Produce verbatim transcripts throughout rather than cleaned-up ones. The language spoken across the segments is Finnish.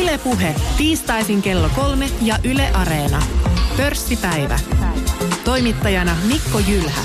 Yle Puhe, tiistaisin kello kolme ja Yle Areena. Pörssipäivä. Toimittajana Mikko Jylhä.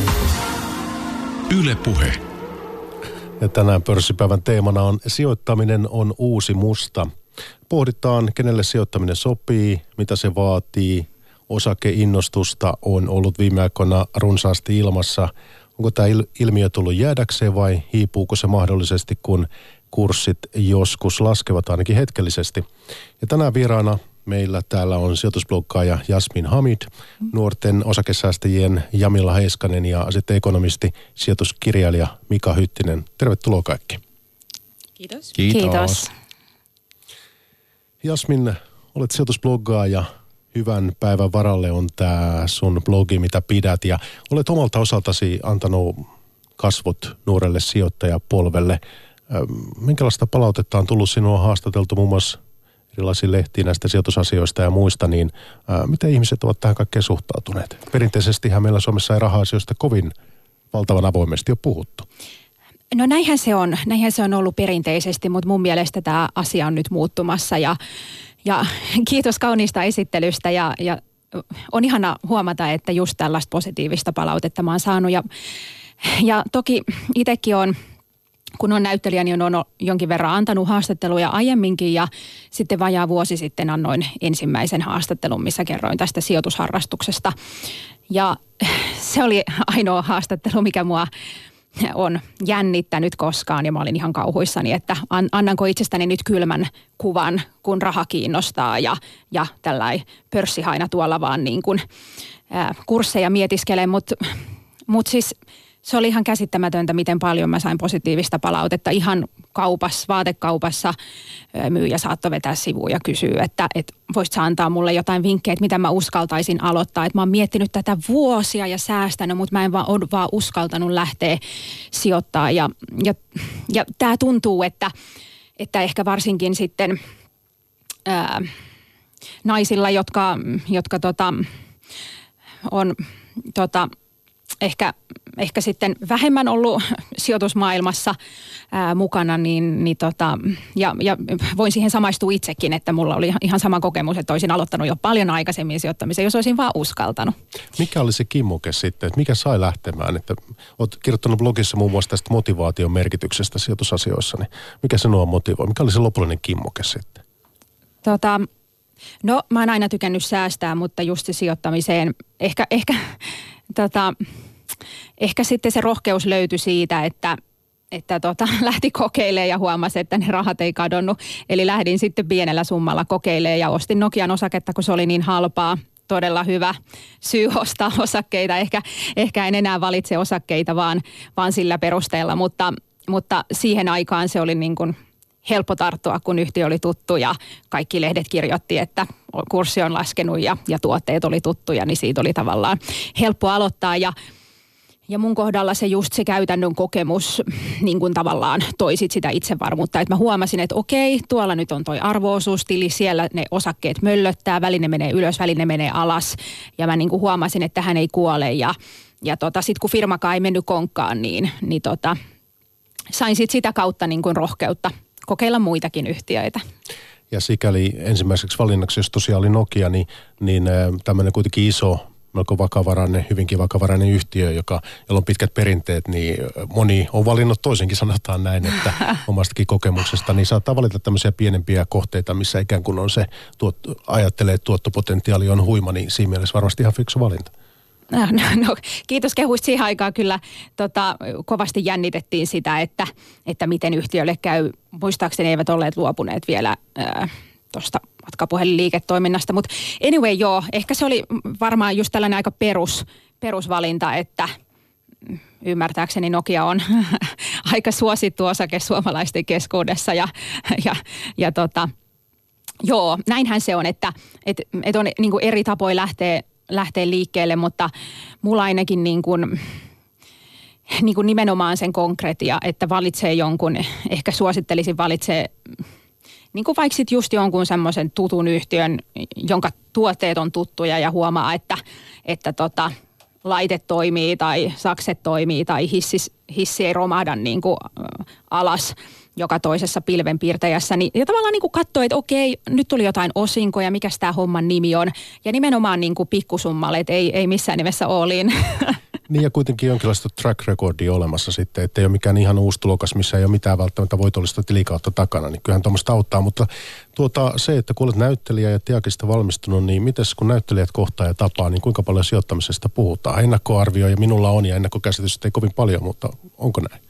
Yle Puhe. Ja tänään pörssipäivän teemana on sijoittaminen on uusi musta. Pohditaan, kenelle sijoittaminen sopii, mitä se vaatii. Osakeinnostusta on ollut viime aikoina runsaasti ilmassa. Onko tämä ilmiö tullut jäädäkseen vai hiipuuko se mahdollisesti, kun kurssit joskus laskevat ainakin hetkellisesti? Ja tänään vieraana meillä täällä on sijoitusbloggaaja Jasmin Hamid, nuorten osakesäästäjien Jamila Heiskanen ja sitten ekonomisti, sijoituskirjailija Mika Hyttinen. Tervetuloa kaikki. Kiitos. Kiitos. Kiitos. Jasmin, olet sijoitusbloggaaja. Hyvän päivän varalle on tämä sun blogi, mitä pidät, ja olet omalta osaltasi antanut kasvot nuorelle sijoittajapolvelle. Minkälaista palautetta on tullut? Sinua haastateltu muun muassa erilaisiin lehtiin näistä sijoitusasioista ja muista, niin ää, miten ihmiset ovat tähän kaikkeen suhtautuneet? Perinteisestihän meillä Suomessa ei raha-asioista kovin valtavan avoimesti ole puhuttu. No näinhän se on. Näinhän se on ollut perinteisesti, mutta mun mielestä tämä asia on nyt muuttumassa ja, ja kiitos kauniista esittelystä ja, ja on ihana huomata, että just tällaista positiivista palautetta mä oon saanut ja, ja toki itsekin on, kun on näyttelijä, niin on jonkin verran antanut haastatteluja aiemminkin ja sitten vajaa vuosi sitten annoin ensimmäisen haastattelun, missä kerroin tästä sijoitusharrastuksesta. Ja se oli ainoa haastattelu, mikä mua on jännittänyt koskaan ja mä olin ihan kauhuissani, että annanko itsestäni nyt kylmän kuvan, kun raha kiinnostaa ja, ja tällainen pörssihaina tuolla vaan niin kuin ää, kursseja mietiskelee, mutta mut siis se oli ihan käsittämätöntä, miten paljon mä sain positiivista palautetta. Ihan kaupassa, vaatekaupassa myyjä saattoi vetää sivuun ja kysyä, että, että voisit sä antaa mulle jotain vinkkejä, että mitä mä uskaltaisin aloittaa. Että mä oon miettinyt tätä vuosia ja säästänyt, mutta mä en vaan, ole vaan uskaltanut lähteä sijoittaa. Ja, ja, ja tää tuntuu, että, että ehkä varsinkin sitten ää, naisilla, jotka, jotka tota, on tota, ehkä... ehkä sitten vähemmän ollut sijoitusmaailmassa ää, mukana, niin, niin tota, ja, ja voin siihen samaistua itsekin, että mulla oli ihan sama kokemus, että olisin aloittanut jo paljon aikaisemmin sijoittamisen, jos olisin vaan uskaltanut. Mikä oli se kimmoke sitten, että mikä sai lähtemään? Että olet kirjoittanut blogissa muun muassa tästä motivaation merkityksestä sijoitusasioissa, niin mikä sinua motivoi? Mikä oli se lopullinen kimmoke sitten? Tota, no mä oon aina tykännyt säästää, mutta just se sijoittamiseen ehkä, ehkä tota... Ehkä sitten se rohkeus löytyi siitä, että, että tota, lähti kokeilemaan ja huomasi, että ne rahat ei kadonnut. Eli lähdin sitten pienellä summalla kokeilemaan ja ostin Nokian osaketta, kun se oli niin halpaa. Todella hyvä syy ostaa osakkeita. Ehkä, ehkä en enää valitse osakkeita, vaan, vaan sillä perusteella, mutta, mutta siihen aikaan se oli niin kuin helppo tarttua, kun yhtiö oli tuttu ja kaikki lehdet kirjoitti, että kurssi on laskenut ja, ja tuotteet oli tuttuja, niin siitä oli tavallaan helppo aloittaa ja Ja mun kohdalla se just se käytännön kokemus niin kuin tavallaan toi sit sitä itsevarmuutta. Että mä huomasin, että okei, tuolla nyt on toi arvo-osuustili, siellä ne osakkeet möllöttää, väline menee ylös, väline menee alas. Ja mä niin kuin huomasin, että hän ei kuole. Ja, ja tota, sit kun firmakaan ei mennyt konkkaan, niin, niin tota, sain sit sitä kautta niin kuin rohkeutta kokeilla muitakin yhtiöitä. Ja sikäli ensimmäiseksi valinnaksi, jos tosiaan oli Nokia, niin, niin tämmöinen kuitenkin iso, melko vakavarainen, hyvinkin vakavarainen yhtiö, joka, jolla on pitkät perinteet, niin moni on valinnut toisenkin, sanotaan näin, että omastakin kokemuksesta, niin saattaa valita tämmöisiä pienempiä kohteita, missä ikään kuin on se, tuot, ajattelee, että tuottopotentiaali on huima, niin siinä mielessä varmasti ihan fiksu valinta. No, no, kiitos kehuista siihen aikaan kyllä tota, kovasti jännitettiin sitä, että, että miten yhtiölle käy. Muistaakseni eivät olleet luopuneet vielä äh, tuosta matkapuhelinliiketoiminnasta, mutta anyway joo, ehkä se oli varmaan just tällainen aika perus, perusvalinta, että ymmärtääkseni Nokia on aika suosittu osake suomalaisten keskuudessa ja, ja, ja tota, joo, näinhän se on, että et, et on niin kuin eri tapoja lähteä, lähteä liikkeelle, mutta mulla ainakin niin kuin, niin kuin nimenomaan sen konkretia, että valitsee jonkun, ehkä suosittelisin valitsee niin kuin vaikka sitten just jonkun semmoisen tutun yhtiön, jonka tuotteet on tuttuja ja huomaa, että, että tota, laite toimii tai sakset toimii tai hissi, hissi ei romahda niin kuin alas, joka toisessa pilvenpiirtäjässä. Niin, ja tavallaan niin kuin katsoi, että okei, nyt tuli jotain osinkoja, mikä tämä homman nimi on. Ja nimenomaan niin kuin pikkusummalle, että ei, ei missään nimessä Allin. Niin ja kuitenkin jonkinlaista track recordia olemassa sitten, että ei ole mikään ihan uusi tulokas, missä ei ole mitään välttämättä voitollista tilikautta takana, niin kyllähän tuommoista auttaa. Mutta tuota, se, että kun olet näyttelijä ja Tiakista valmistunut, niin mites kun näyttelijät kohtaa ja tapaa, niin kuinka paljon sijoittamisesta puhutaan? Ennakkoarvioja minulla on ja ennakkokäsitystä ei kovin paljon, mutta onko näin?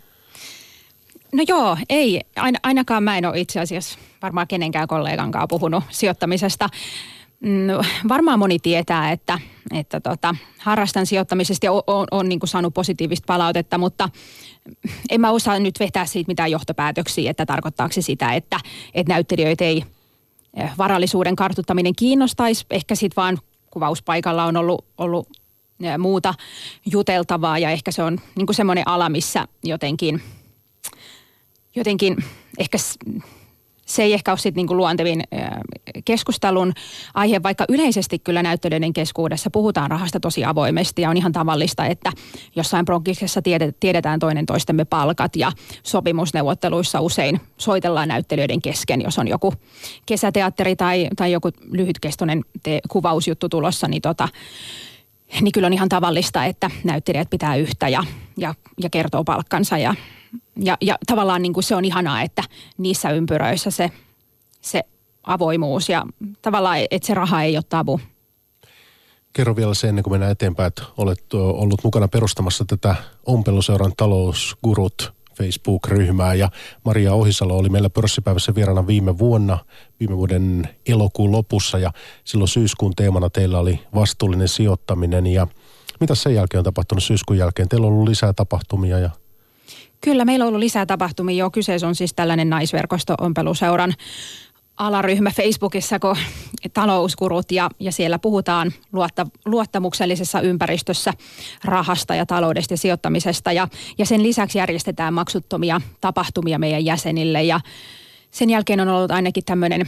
No joo, ei. Ain, ainakaan mä en ole itse asiassa varmaan kenenkään kollegankaan puhunut sijoittamisesta. No, varmaan moni tietää, että, että tota, harrastan sijoittamisesta ja on, on, on niin kuin saanut positiivista palautetta, mutta en mä osaa nyt vetää siitä mitään johtopäätöksiä, että tarkoittaako se sitä, että, että näyttelijöitä ei varallisuuden kartuttaminen kiinnostaisi. Ehkä sitten vaan kuvauspaikalla on ollut, ollut muuta juteltavaa ja ehkä se on niin kuin semmoinen ala, missä jotenkin, jotenkin ehkä... Se ei ehkä ole sitten niinku luontevin keskustelun aihe, vaikka yleisesti kyllä näyttelijöiden keskuudessa puhutaan rahasta tosi avoimesti ja on ihan tavallista, että jossain pronkkiksessa tiedetään toinen toistemme palkat ja sopimusneuvotteluissa usein soitellaan näyttelijöiden kesken, jos on joku kesäteatteri tai, tai joku lyhytkestoinen te- kuvausjuttu tulossa, niin, tota, niin kyllä on ihan tavallista, että näyttelijät pitää yhtä ja, ja, ja kertoo palkkansa ja Ja, ja tavallaan niin kuin se on ihanaa, että niissä ympyröissä se, se avoimuus ja tavallaan, että se raha ei ole tabu. Kerro vielä se ennen kuin mennään eteenpäin, että olet ollut mukana perustamassa tätä Ompeluseuran talousgurut Facebook-ryhmää ja Maria Ohisalo oli meillä pörssipäivässä vieraana viime vuonna, viime vuoden elokuun lopussa ja silloin syyskuun teemana teillä oli vastuullinen sijoittaminen ja mitä sen jälkeen on tapahtunut syyskuun jälkeen? Teillä on ollut lisää tapahtumia ja... Kyllä, meillä on ollut lisää tapahtumia jo. Kyseessä on siis tällainen naisverkosto Ompeluseuran alaryhmä Facebookissa, kun talouskurut ja, ja siellä puhutaan luotta, luottamuksellisessa ympäristössä rahasta ja taloudesta ja sijoittamisesta. Ja, ja sen lisäksi järjestetään maksuttomia tapahtumia meidän jäsenille ja sen jälkeen on ollut ainakin tämmöinen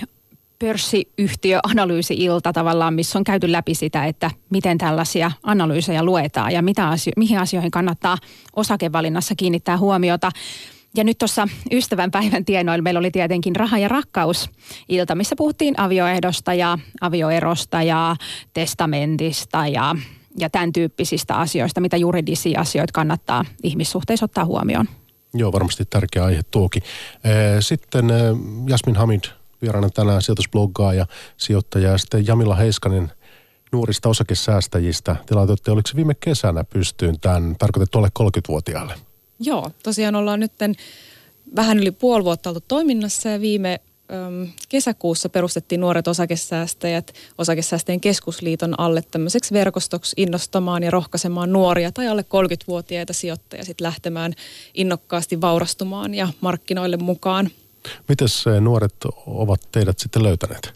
pörssiyhtiöanalyysi-ilta tavallaan, missä on käyty läpi sitä, että miten tällaisia analyysejä luetaan ja mitä asio- mihin asioihin kannattaa osakevalinnassa kiinnittää huomiota. Ja nyt tuossa ystävänpäivän tienoilla meillä oli tietenkin raha- ja rakkaus-ilta, missä puhuttiin avioehdosta ja avioerosta ja testamentista ja, ja tämän tyyppisistä asioista, mitä juridisia asioita kannattaa ihmissuhteissa ottaa huomioon. Joo, varmasti tärkeä aihe tuokin. Sitten Jasmin Hamid vieraana tänään sijoitusbloggaa ja sijoittaja ja sitten Jamila Heiskanen nuorista osakesäästäjistä. Te laitoitte, oliko se viime kesänä pystyyn tämän tarkoitettu alle kolmekymmentävuotiaille? Joo, tosiaan ollaan nyt vähän yli puoli vuotta oltu toiminnassa ja viime äm, kesäkuussa perustettiin Nuoret osakesäästäjät Osakesäästäjien keskusliiton alle tämmöiseksi verkostoksi innostamaan ja rohkaisemaan nuoria tai alle kolmekymmentävuotiaita sijoittajia sitten lähtemään innokkaasti vaurastumaan ja markkinoille mukaan. Mites nuoret ovat teidät sitten löytäneet?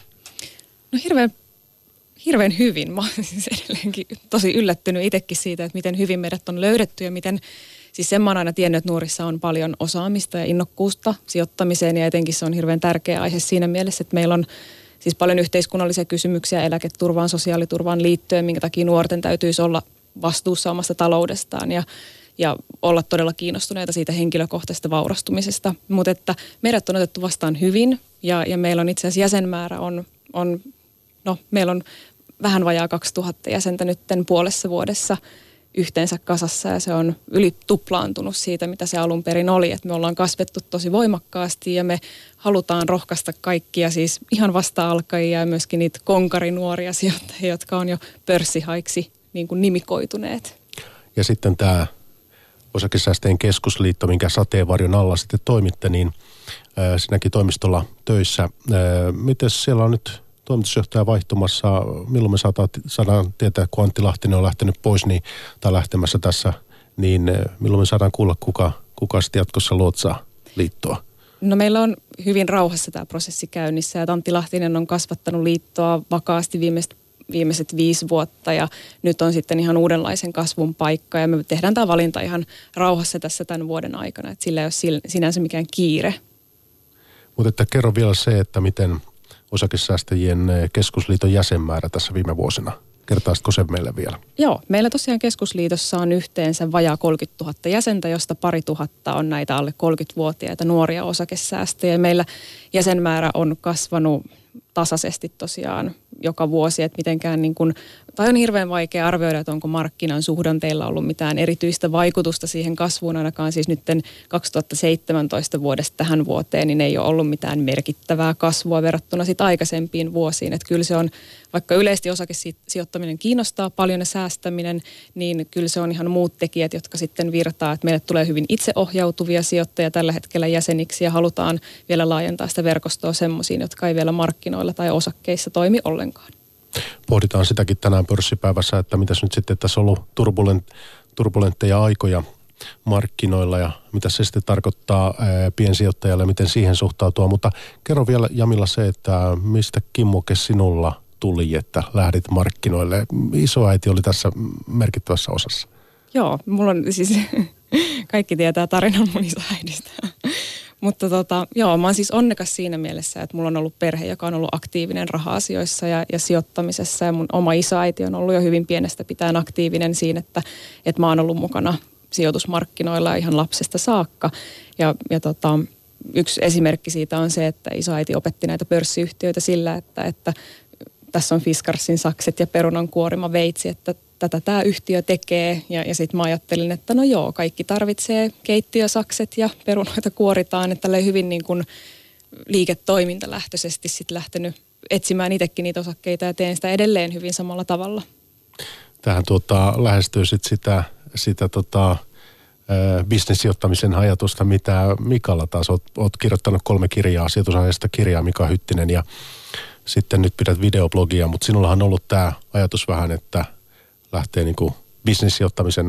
No hirveän, hirveän hyvin. Mä olen siis edelleenkin tosi yllättynyt itsekin siitä, että miten hyvin meidät on löydetty ja miten, siis sen mä oon aina tiennyt, että nuorissa on paljon osaamista ja innokkuusta sijoittamiseen ja etenkin se on hirveän tärkeä aihe siinä mielessä, että meillä on siis paljon yhteiskunnallisia kysymyksiä eläketurvaan, sosiaaliturvaan liittyen, minkä takia nuorten täytyisi olla vastuussa omasta taloudestaan ja ja olla todella kiinnostuneita siitä henkilökohtaisesta vaurastumisesta. Mutta että meidät on otettu vastaan hyvin ja, ja meillä on itse asiassa jäsenmäärä on, on, no meillä on vähän vajaa kaksituhatta jäsentä nytten puolessa vuodessa yhteensä kasassa ja se on yli tuplaantunut siitä, mitä se alun perin oli. Et me ollaan kasvettu tosi voimakkaasti ja me halutaan rohkaista kaikkia, siis ihan vasta-alkajia ja myöskin niitä konkarinuoria sijoittajia, jotka on jo pörssihaiksi niin kuin nimikoituneet. Ja sitten tämä Osakesäästäjien keskusliitto, minkä sateenvarjon alla sitten toimitte, niin ää, sinäkin toimistolla töissä. Ää, miten siellä on nyt toimitusjohtaja vaihtumassa? Milloin me saadaan, saadaan tietää, kun Antti Lahtinen on lähtenyt pois niin, tai lähtemässä tässä, niin ää, milloin me saadaan kuulla, kuka, kuka sitten jatkossa luotsaa liittoa? No meillä on hyvin rauhassa tämä prosessi käynnissä ja Antti Lahtinen on kasvattanut liittoa vakaasti viimeistä viimeiset viisi vuotta ja nyt on sitten ihan uudenlaisen kasvun paikka ja me tehdään tämä valinta ihan rauhassa tässä tämän vuoden aikana, että sillä ei ole sinänsä mikään kiire. Mutta että kerro vielä se, että miten Osakesäästäjien keskusliiton jäsenmäärä tässä viime vuosina Kertaisitko sen meille vielä? Joo, meillä tosiaan keskusliitossa on yhteensä vajaa kolmekymmentätuhatta jäsentä, josta pari tuhatta on näitä alle kolmekymmentävuotiaita nuoria osakesäästäjiä. Meillä jäsenmäärä on kasvanut tasaisesti tosiaan joka vuosi, että mitenkään niin kuin, tai on hirveän vaikea arvioida, että onko markkinan suhdanteilla ollut mitään erityistä vaikutusta siihen kasvuun, ainakaan siis nyt kaksituhattaseitsemäntoista vuodesta tähän vuoteen, niin ei ole ollut mitään merkittävää kasvua verrattuna sit aikaisempiin vuosiin, että kyllä se on, vaikka yleisesti osakesijoittaminen kiinnostaa paljon ja säästäminen, niin kyllä se on ihan muut tekijät, jotka sitten virtaa, että meille tulee hyvin itseohjautuvia sijoittajia tällä hetkellä jäseniksi ja halutaan vielä laajentaa sitä verkostoa semmoisiin, jotka ei vielä markkinoilla tai osakkeissa toimi ollenkaan. Pohditaan sitäkin tänään pörssipäivässä, että mitäs nyt sitten tässä on ollut turbulent, turbulentteja aikoja markkinoilla ja mitä se sitten tarkoittaa ää, piensijoittajalle ja miten siihen suhtautua. Mutta kerro vielä Jamila se, että mistä kimmoke sinulla tuli, että lähdit markkinoille. Isoäiti oli tässä merkittävässä osassa. Joo, mulla on siis, kaikki tietää tarinan mun isoäidistä. Mutta tota, joo, mä oon siis onnekas siinä mielessä, että mulla on ollut perhe, joka on ollut aktiivinen raha-asioissa ja, ja sijoittamisessa. Ja mun oma isoäiti on ollut jo hyvin pienestä pitäen aktiivinen siinä, että, että mä oon ollut mukana sijoitusmarkkinoilla ihan lapsesta saakka. Ja, ja tota, yksi esimerkki siitä on se, että isoäiti opetti näitä pörssiyhtiöitä sillä, että, että tässä on Fiskarsin sakset ja perunan kuorima veitsi, että tätä tämä yhtiö tekee. Ja, ja sitten mä ajattelin, että no joo, kaikki tarvitsee keittiösakset ja perunoita kuoritaan. Että tällä hyvin niin kuin liiketoimintalähtöisesti sitten lähtenyt etsimään itsekin niitä osakkeita ja teen sitä edelleen hyvin samalla tavalla. Tähän tuota, lähestyy sitten sitä, sitä tota, bisnessijoittamisen ajatusta, mitä Mikalla taas. Oot, oot kirjoittanut kolme kirjaa, sijoitusajasta kirjaa Mika Hyttinen ja sitten nyt pidät videoblogia, mutta sinullahan on ollut tämä ajatus vähän, että lähtee niin kuin bisnessijoittamisen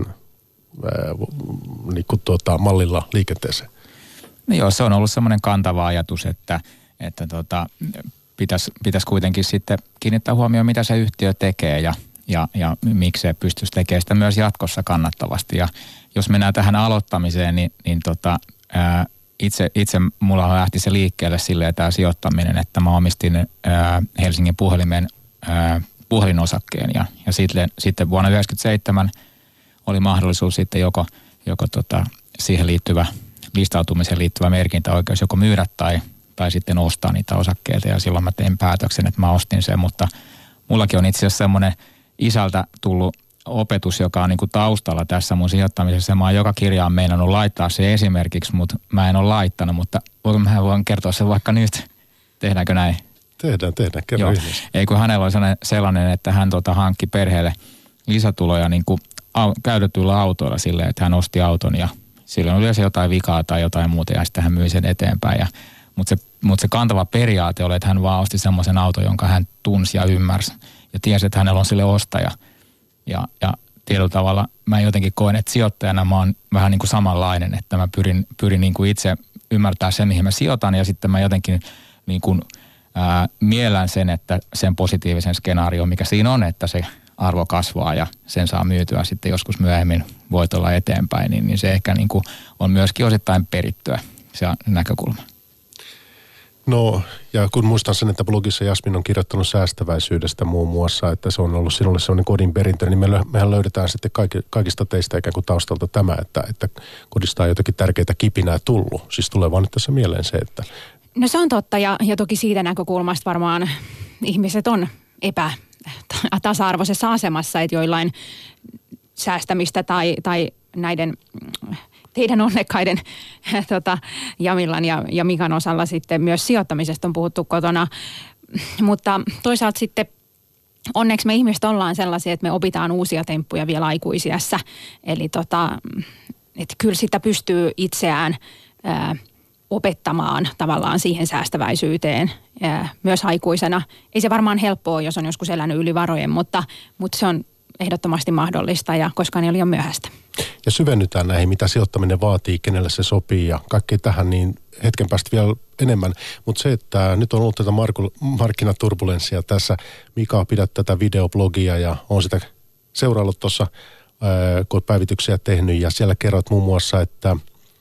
ää, niin kuin tuota, mallilla liikenteeseen. No joo, se on ollut semmoinen kantava ajatus, että, että tota, pitäisi pitäis kuitenkin sitten kiinnittää huomioon, mitä se yhtiö tekee ja, ja, ja miksi se pystyisi tekemään sitä myös jatkossa kannattavasti. Ja jos mennään tähän aloittamiseen, niin, niin tota, ää, itse, itse mulla lähti se liikkeelle silleen tämä sijoittaminen, että mä omistin ää, Helsingin puhelimen ää, puhelinosakkeen ja, ja sitten, sitten vuonna yhdeksänkymmentäseitsemän oli mahdollisuus sitten joko, joko tota, siihen liittyvä, listautumiseen liittyvä merkintäoikeus joko myydä tai, tai sitten ostaa niitä osakkeita ja silloin mä tein päätöksen, että mä ostin sen, mutta mullakin on itse asiassa semmoinen isältä tullut opetus, joka on niin kuin taustalla tässä mun sijoittamisessa. Mä oon joka kirjaan meinannut laittaa se esimerkiksi, mutta mä en ole laittanut, mutta mä voin kertoa sen vaikka nyt. Tehdäänkö näin? Tehdään, tehdään. Kerro yhdessä. Ei kun hänellä oli sellainen, että hän tota hankki perheelle lisätuloja niin kuin au, käytetyillä autoilla silleen, että hän osti auton ja silloin oli se jotain vikaa tai jotain muuta ja sitten hän myi sen eteenpäin. Ja, mutta, se, mutta se kantava periaate oli, että hän vaan osti semmoisen auton, jonka hän tunsi ja ymmärsi ja tiesi, että hänellä on sille ostaja. Ja, ja tietyllä tavalla mä jotenkin koen, että sijoittajana mä oon vähän niin kuin samanlainen, että mä pyrin, pyrin niin kuin itse ymmärtää sen, mihin mä sijoitan ja sitten mä jotenkin niin kuin ää, mielän sen, että sen positiivisen skenaario, mikä siinä on, että se arvo kasvaa ja sen saa myytyä sitten joskus myöhemmin voitolla eteenpäin, niin, niin se ehkä niin kuin on myöskin osittain perittyä se näkökulma. No, ja kun muistan sen, että blogissa Jasmin on kirjoittanut säästäväisyydestä muun muassa, että se on ollut sinulle sellainen kodin perintö, niin mehän löydetään sitten kaikista teistä ikään kuin taustalta tämä, että, että kodista on jotakin tärkeitä kipinää tullut. Siis tulee vaan nyt tässä mieleen se, että... No se on totta ja, ja toki siitä näkökulmasta varmaan ihmiset on epätasa-arvoisessa asemassa, että joillain säästämistä tai, tai näiden... Teidän onnekkaiden tota, Jamilan ja, ja Mikan osalla sitten myös sijoittamisesta on puhuttu kotona, mutta toisaalta sitten onneksi me ihmiset ollaan sellaisia, että me opitaan uusia temppuja vielä aikuisiässä. Eli tota, että kyllä sitä pystyy itseään ää, opettamaan tavallaan siihen säästäväisyyteen ää, myös aikuisena. Ei se varmaan helppoa, jos on joskus elänyt yli varojen, mutta, mutta se on ehdottomasti mahdollista ja koskaan ei ole liian myöhäistä. Ja syvennytään näihin, mitä sijoittaminen vaatii, kenelle se sopii ja kaikki tähän niin hetken päästä vielä enemmän. Mutta se, että nyt on ollut tätä markkinaturbulenssia tässä. Mika, pidät tätä videoblogia ja on sitä seuraillut tuossa, kun olet päivityksiä tehnyt ja siellä kerrot muun muassa, että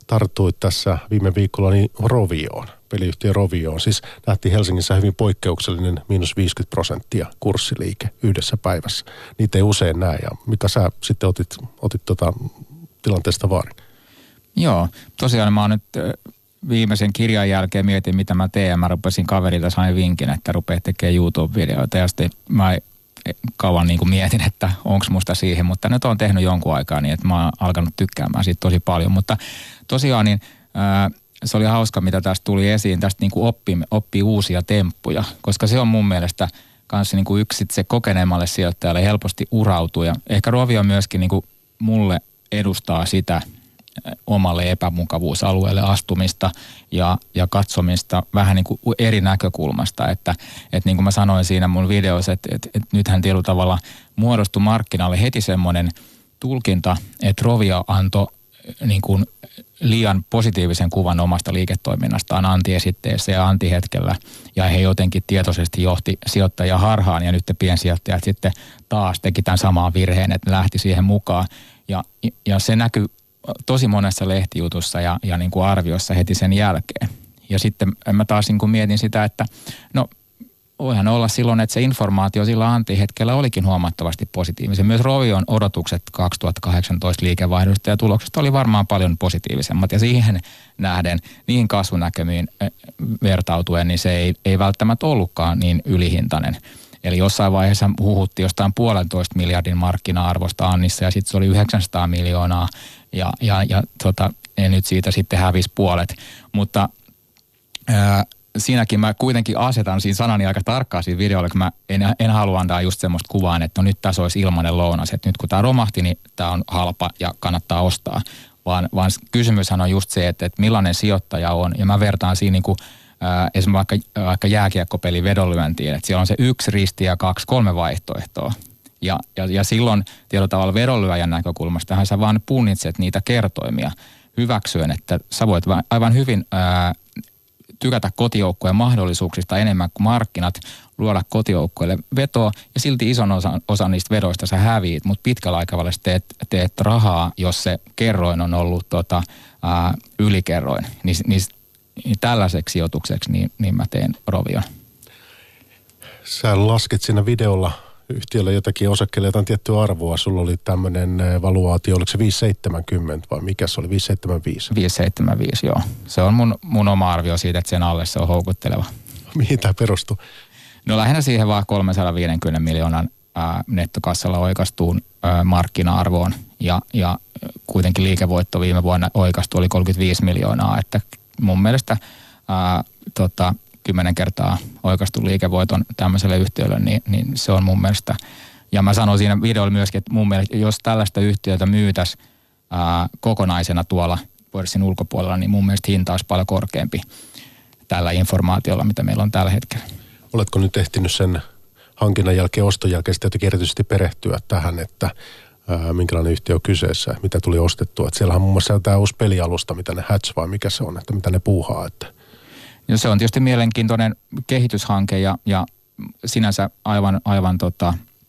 tarttuit tässä viime viikolla niin Rovioon, peliyhtiö Rovioon. Siis nähtiin Helsingissä hyvin poikkeuksellinen miinus viisikymmentä prosenttia kurssiliike yhdessä päivässä. Niitä ei usein näe. Ja Mika, sä sitten otit, otit tota tilanteesta vaarin? Joo, tosiaan mä oon nyt viimeisen kirjan jälkeen mietin, mitä mä teen. Mä rupesin kaverilta, sain vinkin, että rupeat tekemään YouTube-videoita. Ja sitten mä kauan niin kuin mietin, että onko musta siihen. Mutta nyt oon tehnyt jonkun aikaa niin, että mä oon alkanut tykkäämään siitä tosi paljon. Mutta tosiaan niin ää, se oli hauska, mitä tästä tuli esiin. Tästä niin kuin oppii, oppii uusia temppuja, koska se on mun mielestä kanssa niin kuin yksi se kokeneemmalle sijoittajalle helposti urautuu. Ja ehkä Rovio myöskin niin kuin mulle edustaa sitä omalle epämukavuusalueelle astumista ja, ja katsomista vähän niin kuin eri näkökulmasta. Että, että niin kuin mä sanoin siinä mun videossa, että, että, että nythän tietyllä tavalla muodostui markkinalle heti semmoinen tulkinta, että Rovio antoi niin kuin liian positiivisen kuvan omasta liiketoiminnastaan antiesitteessä ja antihetkellä. Ja he jotenkin tietoisesti johti sijoittajia harhaan ja nyt piensijoittajat sitten taas teki tämän samaan virheen, että lähti siihen mukaan. Ja, ja se näkyy tosi monessa lehtijutussa ja, ja niin kuin arviossa heti sen jälkeen. Ja sitten mä taas niin kuin mietin sitä, että no voihan olla silloin, että se informaatio sillä antihetkellä olikin huomattavasti positiivisen. Myös Rovion odotukset kaksituhattakahdeksantoista liikevaihdosta ja tuloksesta oli varmaan paljon positiivisemmat. Ja siihen nähden, niihin kasvunäkymiin vertautuen, niin se ei, ei välttämättä ollutkaan niin ylihintainen. Eli jossain vaiheessa huhuttiin jostain puolentoista miljardin markkina-arvosta Annissa ja sitten se oli yhdeksänsataa miljoonaa ja, ja, ja, tota, ja nyt siitä sitten hävisi puolet. Mutta ää, siinäkin mä kuitenkin asetan siinä sanani aika tarkkaan siinä videolla, kun mä en, en halua antaa just semmoista kuvaa, että no nyt tässä olisi ilmainen lounas, että nyt kun tämä romahti, niin tämä on halpa ja kannattaa ostaa. Vaan, vaan kysymyshän on just se, että, että millainen sijoittaja on ja mä vertaan siinä niin kuin Äh, esimerkiksi vaikka, vaikka jääkiekkopeli vedonlyöntiin, että siellä on se yksi risti ja kaksi, kolme vaihtoehtoa. Ja, ja, ja silloin tietyllä tavalla vedonlyöjän näkökulmastahan sä vaan punnitset niitä kertoimia hyväksyen, että sä voit aivan hyvin ää, tykätä kotijoukkojen mahdollisuuksista enemmän kuin markkinat, luoda kotijoukkoille vetoa ja silti ison osan, osan niistä vedoista sä häviit, mutta pitkällä aikavälillä teet, teet rahaa, jos se kerroin on ollut tota, ää, ylikerroin, niin, niin tällaiseksi sijoitukseksi, niin, niin mä teen Rovion. Sä lasket siinä videolla yhtiöllä jotakin osakkeelle jotain tiettyä arvoa. Sulla oli tämmöinen valuaatio, oliko se viisi seitsemänkymmentä vai mikä se oli, viisi seitsemänkymmentäviisi? viisi seitsemänkymmentäviisi, joo. Se on mun, mun oma arvio siitä, että sen alle se on houkutteleva. Mihin tämä perustuu? No lähinnä siihen vaan kolmesataaviisikymmentä miljoonan ää, nettokassalla oikastuun ää, markkina-arvoon ja, ja kuitenkin liikevoitto viime vuonna oikastui oli kolmekymmentäviisi miljoonaa, että mun mielestä ää, tota, kymmenen kertaa oikastun liikevoiton tämmöiselle yhtiölle, niin, niin se on mun mielestä, ja mä sanoin siinä videolla myöskin, että mun mielestä, jos tällaista yhtiötä myytäisiin kokonaisena tuolla pörssin ulkopuolella, niin mun mielestä hinta olisi paljon korkeampi tällä informaatiolla, mitä meillä on tällä hetkellä. Oletko nyt ehtinyt sen hankinnan jälkeen, oston jälkeen sitten erityisesti perehtyä tähän, että ää, minkälainen yhtiö on kyseessä, mitä tuli ostettua? Että siellähän on muun muassa tämä uusi pelialusta, mitä ne Hatch vai mikä se on, että mitä ne puuhaa, että ja se on tietysti mielenkiintoinen kehityshanke ja, ja sinänsä aivan, aivan tota,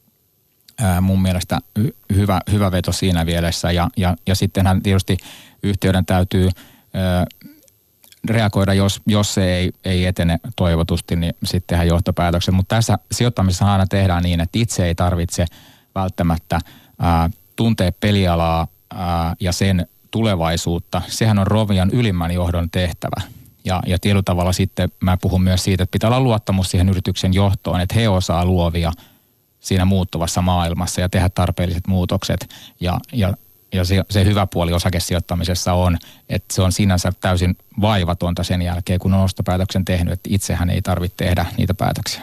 ää, mun mielestä hyvä, hyvä veto siinä mielessä. Ja, ja, ja sittenhän tietysti yhtiöiden täytyy ää, reagoida, jos, jos se ei, ei etene toivotusti, niin sitten tehdään johtopäätöksen. Mutta tässä sijoittamisessa aina tehdään niin, että itse ei tarvitse välttämättä ää, tuntea pelialaa ää, ja sen tulevaisuutta. Sehän on Rovion ylimmän johdon tehtävä. Ja, ja tietyllä tavalla sitten mä puhun myös siitä, että pitää olla luottamus siihen yrityksen johtoon, että he osaa luovia siinä muuttuvassa maailmassa ja tehdä tarpeelliset muutokset. Ja, ja, ja se, se hyvä puoli osakesijoittamisessa on, että se on sinänsä täysin vaivatonta sen jälkeen, kun on ostopäätöksen tehnyt, että itsehän ei tarvitse tehdä niitä päätöksiä.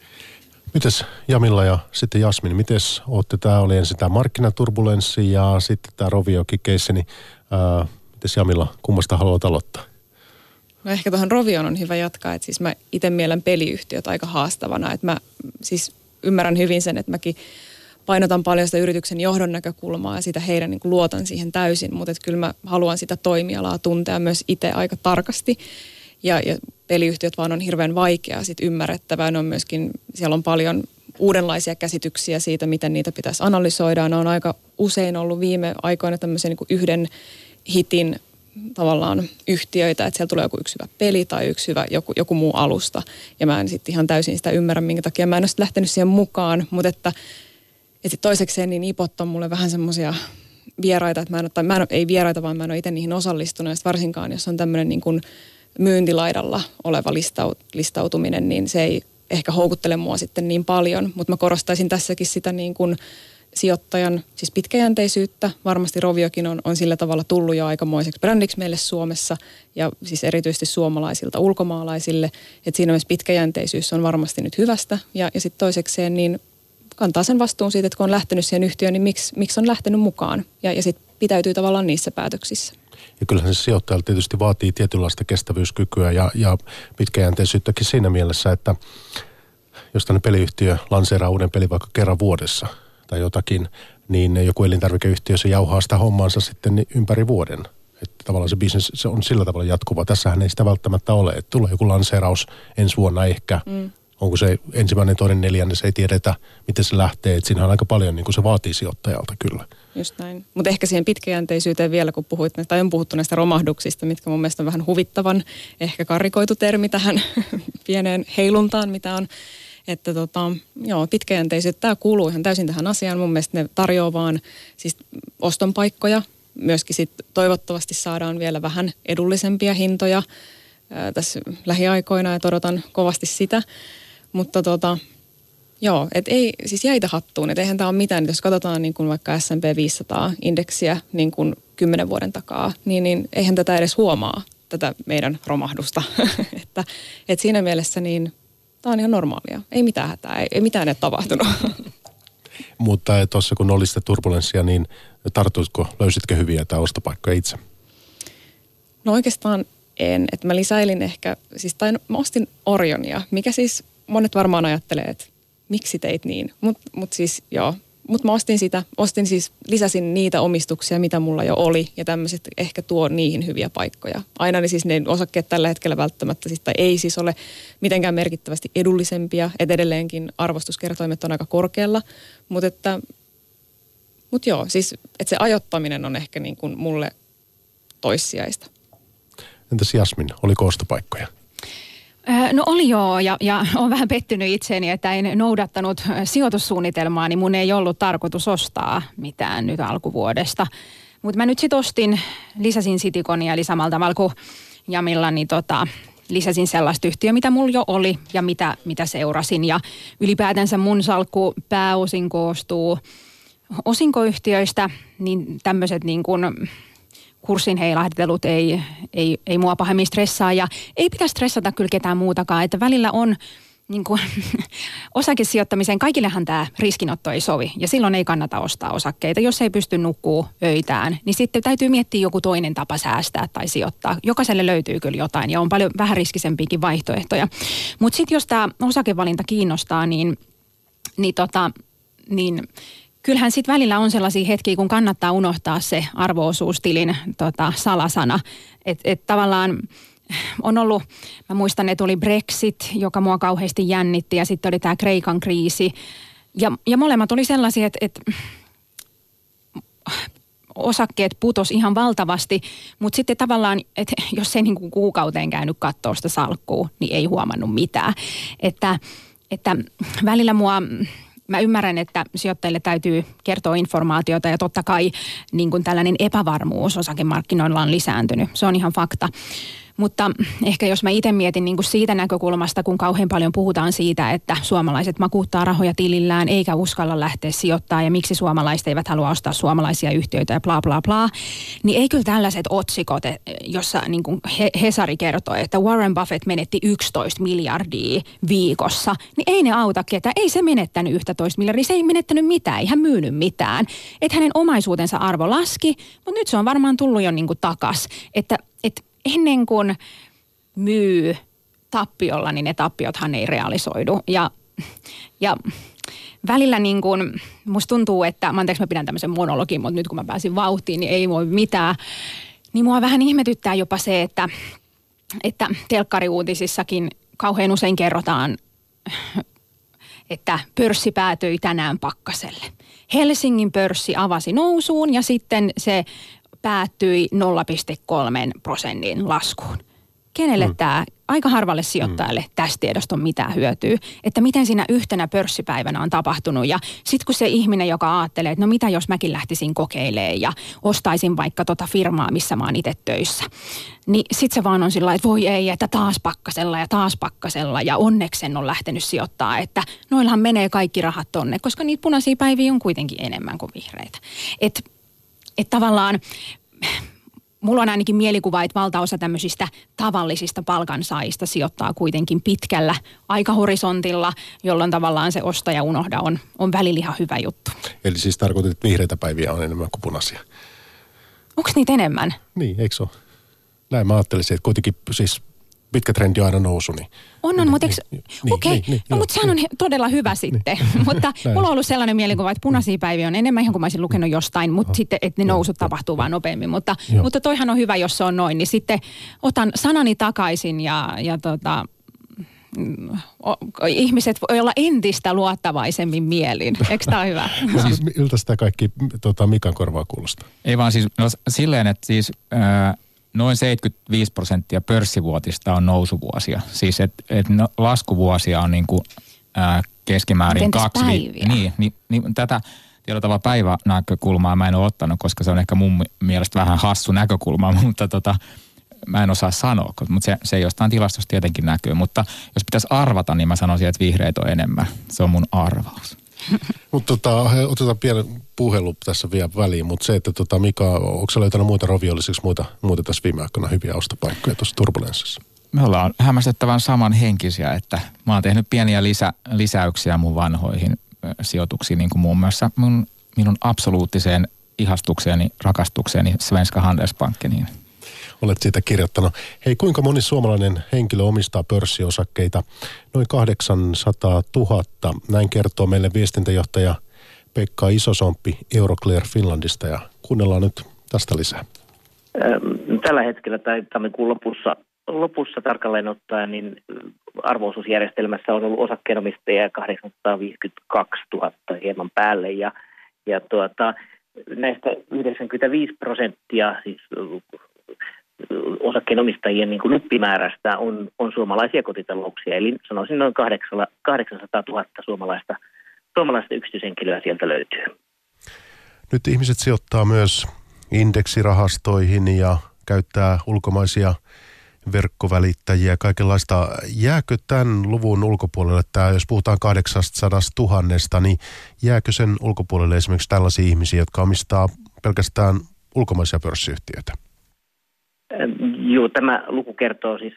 Mites Jamilla ja sitten Jasmin, mites ootte, tämä oli ensin tämä markkinaturbulenssi ja sitten tämä Roviokin keissi, niin ää, mites Jamilla, kummasta haluat aloittaa? No ehkä tuohon Rovioon on hyvä jatkaa, että siis mä itse mielen peliyhtiöt aika haastavana, että mä siis ymmärrän hyvin sen, että mäkin painotan paljon sitä yrityksen johdon näkökulmaa ja sitä heidän niin kuin luotan siihen täysin, mutta että kyllä mä haluan sitä toimialaa tuntea myös itse aika tarkasti ja, ja peliyhtiöt vaan on hirveän vaikeaa sit ymmärrettävää, ne on myöskin, siellä on paljon uudenlaisia käsityksiä siitä, miten niitä pitäisi analysoida, ne on aika usein ollut viime aikoina tämmöisen niin kuin yhden hitin tavallaan yhtiöitä, että siellä tulee joku yksi hyvä peli tai yksi hyvä joku, joku muu alusta. Ja mä en sitten ihan täysin sitä ymmärrä, minkä takia mä en ole sit lähtenyt siihen mukaan. Mutta että, että toisekseen niin ipot on mulle vähän semmoisia vieraita, että mä en ole, tai mä en ole, ei vieraita, vaan mä en ole itse niihin osallistunut. Ja varsinkaan, jos on tämmöinen niin kuin myyntilaidalla oleva listaut, listautuminen, niin se ei ehkä houkuttele mua sitten niin paljon. Mutta mä korostaisin tässäkin sitä niin kuin sijoittajan siis pitkäjänteisyyttä. Varmasti Roviokin on, on sillä tavalla tullut jo aikamoiseksi brändiksi meille Suomessa ja siis erityisesti suomalaisilta ulkomaalaisille. Että siinä myös pitkäjänteisyys on varmasti nyt hyvästä. Ja, ja sitten toisekseen niin kantaa sen vastuun siitä, että kun on lähtenyt siihen yhtiöön, niin miksi, miksi on lähtenyt mukaan. Ja, ja sitten pitäytyy tavallaan niissä päätöksissä. Ja kyllähän se sijoittajalta tietysti vaatii tietynlaista kestävyyskykyä ja, ja pitkäjänteisyyttäkin siinä mielessä, että jos tällainen peliyhtiö lanseeraa uuden pelin vaikka kerran vuodessa tai jotakin, niin joku elintarvikeyhtiö se jauhaa sitä hommaansa sitten ympäri vuoden. Että tavallaan se bisnes se on sillä tavalla jatkuva. Tässähän ei sitä välttämättä ole. Että tulee joku lanseeraus ensi vuonna ehkä. Mm. Onko se ensimmäinen, toinen, neljännes, ei tiedetä, miten se lähtee. Että siinä on aika paljon, niin kuin se vaatii sijoittajalta kyllä. Just näin. Mutta ehkä siihen pitkäjänteisyyteen vielä, kun puhuit, tai on puhuttu näistä romahduksista, mitkä mun mielestä on vähän huvittavan, ehkä karrikoitu termi tähän pieneen heiluntaan, mitä on. Että tota, joo, pitkäjänteisyyttä, tämä kuuluu ihan täysin tähän asiaan. Mun mielestä ne tarjoaa vaan siis ostonpaikkoja. Myöskin sit toivottavasti saadaan vielä vähän edullisempia hintoja ää, tässä lähiaikoina, ja odotan kovasti sitä. Mutta tota, joo, et ei siis jäitä hattuun, että eihän tämä ole mitään. Jos katsotaan niin kuin vaikka S and P viisisataa-indeksiä niin kuin kymmenen vuoden takaa, niin, niin eihän tätä edes huomaa, tätä meidän romahdusta. että, et siinä mielessä niin tämä on ihan normaalia. Ei mitään hätää, ei, ei mitään ole tapahtunut. Mutta tuossa kun oli sitä turbulenssia, niin tartuitko, löysitkö hyviä tai ostopaikkoja itse? No oikeastaan en. Että mä lisäilin ehkä, siis tai mä ostin Orionia, mikä siis monet varmaan ajattelee, että miksi teit niin. Mutta mut siis joo, mutta mä ostin sitä, ostin siis, lisäsin niitä omistuksia, mitä mulla jo oli, ja tämmöiset ehkä tuo niihin hyviä paikkoja. Aina ne siis ne osakkeet tällä hetkellä välttämättä, siis, tai ei siis ole mitenkään merkittävästi edullisempia, että edelleenkin arvostuskertoimet on aika korkealla, mutta että, mut joo, siis että se ajoittaminen on ehkä niin kuin mulle toissijaista. Entäs Jasmin, oliko ostopaikkoja? No oli joo, ja, ja olen vähän pettynyt itseeni, että en noudattanut sijoitussuunnitelmaa, niin mun ei ollut tarkoitus ostaa mitään nyt alkuvuodesta. Mutta mä nyt sitten ostin, lisäsin Cityconia, eli samalla tavalla kuin Jamilla, niin tota, lisäsin sellaista yhtiöä, mitä mulla jo oli ja mitä, mitä seurasin. Ja ylipäätänsä mun salkku pääosin koostuu osinkoyhtiöistä, niin tämmöiset niin kuin kurssin heilahtelut ei, ei, ei mua pahemmin stressaa, ja ei pitäisi stressata kyllä ketään muutakaan, että välillä on niin kuin osakesijoittamiseen, kaikillehan tämä riskinotto ei sovi, ja silloin ei kannata ostaa osakkeita. Jos ei pysty nukkuu öitään, niin sitten täytyy miettiä joku toinen tapa säästää tai sijoittaa. Jokaiselle löytyy kyllä jotain, ja on paljon vähän riskisempiäkin vaihtoehtoja. Mutta sitten jos tämä osakevalinta kiinnostaa, niin, niin, tota, niin kyllähän sitten välillä on sellaisia hetkiä, kun kannattaa unohtaa se arvo-osuustilin tota, salasana. Että et tavallaan on ollut, mä muistan, että oli Brexit, joka mua kauheasti jännitti, ja sitten oli tämä Kreikan kriisi. Ja, ja molemmat oli sellaisia, että et, osakkeet putos ihan valtavasti, mutta sitten tavallaan, että jos ei niinku kuukauteen käynyt katsoa sitä salkkua, niin ei huomannut mitään. Että, että välillä mua... Mä ymmärrän, että sijoittajille täytyy kertoa informaatiota, ja totta kai niin kuin tällainen epävarmuus osakemarkkinoilla on lisääntynyt. Se on ihan fakta. Mutta ehkä jos mä itse mietin niin kuin siitä näkökulmasta, kun kauhean paljon puhutaan siitä, että suomalaiset makuuttaa rahoja tilillään eikä uskalla lähteä sijoittamaan, ja miksi suomalaiset eivät halua ostaa suomalaisia yhtiöitä ja bla bla bla, niin ei kyllä tällaiset otsikot, jossa niin kuin Hesari kertoi, että Warren Buffett menetti yksitoista miljardia viikossa, niin ei ne auta ketään. Ei se menettänyt yksitoista miljardia, se ei menettänyt mitään, ei hän myynyt mitään. Että hänen omaisuutensa arvo laski, mutta nyt se on varmaan tullut jo niin kuin takas, että et ennen kuin myy tappiolla, niin ne tappiothan ei realisoidu. Ja, ja välillä niin kuin, musta tuntuu, että, mä anteeksi mä pidän tämmöisen monologin, mutta nyt kun mä pääsin vauhtiin, niin ei voi mitään. Niin mua vähän ihmetyttää jopa se, että, että telkkariuutisissakin kauhean usein kerrotaan, että pörssi päätyi tänään pakkaselle. Helsingin pörssi avasi nousuun, ja sitten se päättyi nolla pilkku kolme prosentin laskuun. Kenelle mm. tämä, aika harvalle sijoittajalle mm. tästä tiedosta on mitään hyötyä, että miten siinä yhtenä pörssipäivänä on tapahtunut. Ja sitten kun se ihminen, joka ajattelee, että no mitä jos mäkin lähtisin kokeilemaan ja ostaisin vaikka tota firmaa, missä mä oon itse töissä. Niin sitten se vaan on sillä että voi ei, että taas pakkasella ja taas pakkasella ja onneksi en ole lähtenyt sijoittaa, että noillahan menee kaikki rahat tonne, koska niitä punaisia päiviä on kuitenkin enemmän kuin vihreitä. Että et tavallaan mulla on ainakin mielikuva, että valtaosa tämmöisistä tavallisista palkansaajista sijoittaa kuitenkin pitkällä aikahorisontilla, jolloin tavallaan se ostaja unohda on, on välillä ihan hyvä juttu. Eli siis tarkoitit, että vihreitä päiviä on enemmän kuin punaisia. Onko niitä enemmän? Niin, eikö se ole? Näin mä ajattelisin, että kuitenkin siis pitkä trendi on aina nousu. Niin, on, on, mutta eikö, niin, okei, niin, niin, no mutta sehän on niin, todella hyvä sitten. Niin, mutta mulla on ollut sellainen mielikuva, että punaisia päiviä on enemmän ihan kuin mä olisin lukenut jostain, mutta sitten, että ne nousut tapahtuu vaan nopeammin. Mutta, mutta toihan on hyvä, jos se on noin, niin sitten otan sanani takaisin ja, ja tota, o, ihmiset voi olla entistä luottavaisemmin mielin. Eikö tämä ole hyvä? Siis miltä sitä kaikki tota, Mikan korvaa kuulostaa? Ei vaan siis, no silleen, että siis Äh, noin seitsemänkymmentäviisi prosenttia pörssivuotista on nousuvuosia. Siis että et no, laskuvuosia on niinku, ää, keskimäärin entäs kaksi. päiviä? Niin, niin, niin tätä tietyllä tavalla päivänäkökulmaa mä en ole ottanut, koska se on ehkä mun mielestä vähän hassu näkökulma, mutta tota, mä en osaa sanoa, mutta se, se jostain tilastosta tietenkin näkyy. Mutta jos pitäisi arvata, niin mä sanoisin, että vihreät on enemmän. Se on mun arvaus. Mutta tota, otetaan pieni puhelu tässä vielä väliin, mutta se, että tota, Mika, onko sä löytänyt muita roviolisiksi muita, muita tässä viime aikoina hyviä ostopaikkoja tuossa turbulenssissa? Me ollaan hämmästyttävän samanhenkisiä, että mä oon tehnyt pieniä lisä, lisäyksiä mun vanhoihin ö, sijoituksiin, niin kuin muun muassa mun, minun absoluuttiseen ihastukseeni, rakastukseeni Svenska Handelsbanken. Olet siitä kirjoittanut. Hei, kuinka moni suomalainen henkilö omistaa pörssiosakkeita? Noin kahdeksansataatuhatta. Näin kertoo meille viestintäjohtaja Pekka Isosomppi Euroclear Finlandista. Ja kuunnellaan nyt tästä lisää. Tällä hetkellä tai tammikuun lopussa, lopussa tarkalleen ottaen, niin arvo-osuusjärjestelmässä on ollut osakkeenomistajia kahdeksansataaviisikymmentäkaksituhatta hieman päälle. Ja, ja tuota, näistä yhdeksänkymmentäviisi prosenttia siis osakkeenomistajien niin kuin nuppimäärästä on, on suomalaisia kotitalouksia. Eli sanoisin noin kahdeksansataatuhatta suomalaista, suomalaista yksityishenkilöä sieltä löytyy. Nyt ihmiset sijoittaa myös indeksirahastoihin ja käyttää ulkomaisia verkkovälittäjiä ja kaikenlaista. Jääkö tämän luvun ulkopuolelle, tämä, jos puhutaan kahdeksansadasta, niin jääkö sen ulkopuolelle esimerkiksi tällaisia ihmisiä, jotka omistaa pelkästään ulkomaisia pörssiyhtiöitä? Joo, tämä luku kertoo siis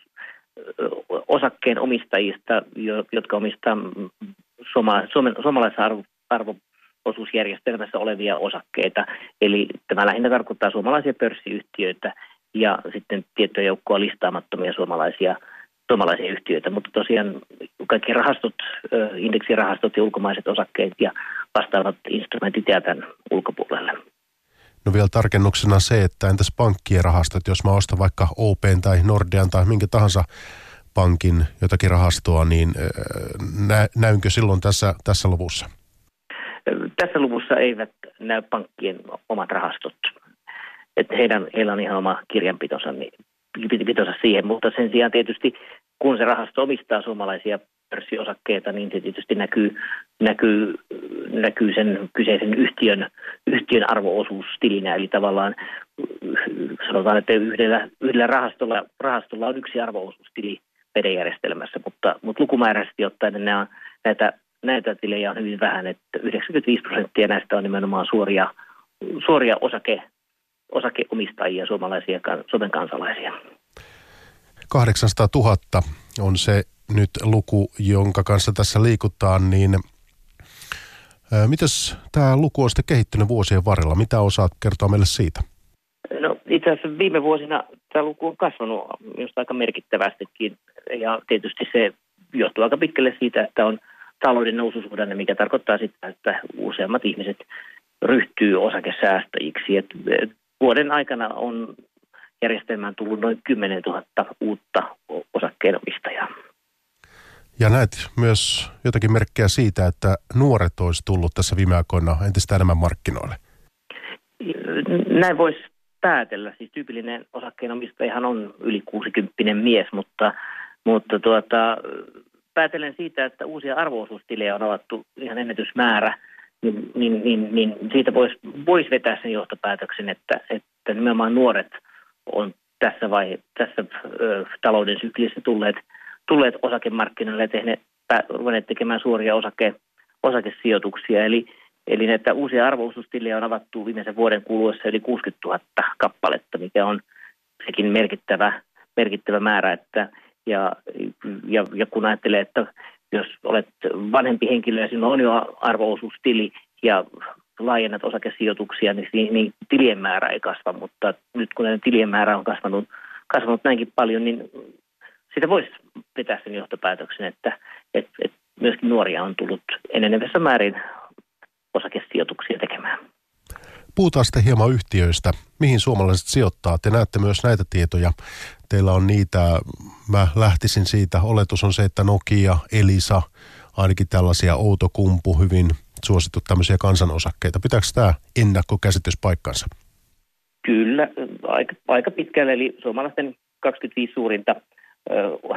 osakkeen omistajista, jotka omistaa Suomen, suomalaisessa arvo, arvo-osuusjärjestelmässä olevia osakkeita. Eli tämä lähinnä tarkoittaa suomalaisia pörssiyhtiöitä ja sitten tiettyä joukkoa listaamattomia suomalaisia, suomalaisia yhtiöitä. Mutta tosiaan kaikki rahastot, indeksirahastot ja ulkomaiset osakkeet ja vastaavat instrumentit jää tämän ulkopuolelle. No vielä tarkennuksena se, että entäs pankkien rahastot, jos mä ostan vaikka O P:n tai Nordean tai minkä tahansa pankin jotakin rahastoa, niin nä- näynkö silloin tässä, tässä luvussa? Tässä luvussa eivät näy pankkien omat rahastot. Että heidän, heillä on ihan oma kirjanpitonsa, niin, pitonsa siihen, mutta sen sijaan tietysti kun se rahasto omistaa suomalaisia pörssiosakkeita, niin se tietysti näkyy, näkyy, näkyy sen kyseisen yhtiön, yhtiön arvo-osuustilinä. Eli tavallaan sanotaan, että yhdellä, yhdellä rahastolla, rahastolla on yksi arvo-osuustili meidän järjestelmässä, mutta, mutta lukumääräisesti ottaen nämä, näitä, näitä tilejä on hyvin vähän, että yhdeksänkymmentäviisi prosenttia näistä on nimenomaan suoria, suoria osake, osakeomistajia, suomalaisia, Suomen kansalaisia. kahdeksansataatuhatta on se nyt luku, jonka kanssa tässä liikutaan, niin ää, mitäs tämä luku on sitten kehittynyt vuosien varrella? Mitä osaat kertoa meille siitä? No itse asiassa viime vuosina tämä luku on kasvanut minusta aika merkittävästikin ja tietysti se johtuu aika pitkälle siitä, että on talouden noususuhdanne, mikä tarkoittaa sitä, että useammat ihmiset ryhtyy osakesäästäjiksi. Et vuoden aikana on järjestelmään tullut noin kymmenentuhatta uutta osakkeenomistajaa. Ja näet myös jotakin merkkejä siitä, että nuoret olisi tullut tässä viime aikoina entistä enemmän markkinoille. Näin voisi päätellä. Siis tyypillinen osakkeenomistajahan on yli kuusikymppinen mies, mutta, mutta tuota, päätellen siitä, että uusia arvo-osuustilejä on avattu ihan ennätysmäärä, niin, niin, niin, niin siitä voisi vois vetää sen johtopäätöksen, että, että nimenomaan nuoret on tässä, vai, tässä ö, talouden syklissä tulleet, tulleet osakemarkkinoille ja tehneet, ruvenneet tekemään suoria osake, osakesijoituksia. Eli, eli näitä uusia arvo-osuustilejä on avattu viimeisen vuoden kuluessa yli kuusikymmentätuhatta kappaletta, mikä on sekin merkittävä, merkittävä määrä. Että, ja, ja, ja kun ajattelee, että jos olet vanhempi henkilö ja sinulla on jo arvo-osuustili ja laajennat osakesijoituksia, niin, niin tilien määrä ei kasva, mutta nyt kun tilien määrä on kasvanut, kasvanut näinkin paljon, niin sitä voisi pitää sen johtopäätöksen, että, että, että myöskin nuoria on tullut enenevässä määrin osakesijoituksia tekemään. Puhutaan sitten hieman yhtiöistä. Mihin suomalaiset sijoittaa? Te näette myös näitä tietoja. Teillä on niitä, mä lähtisin siitä, oletus on se, että Nokia, Elisa, ainakin tällaisia Outokumpu, hyvin suosittu tämmöisiä kansanosakkeita. Pitääkö tämä ennakkokäsitys paikkansa? Kyllä, aika, aika pitkälle. Eli suomalaisten kaksikymmentäviisi suurinta ö,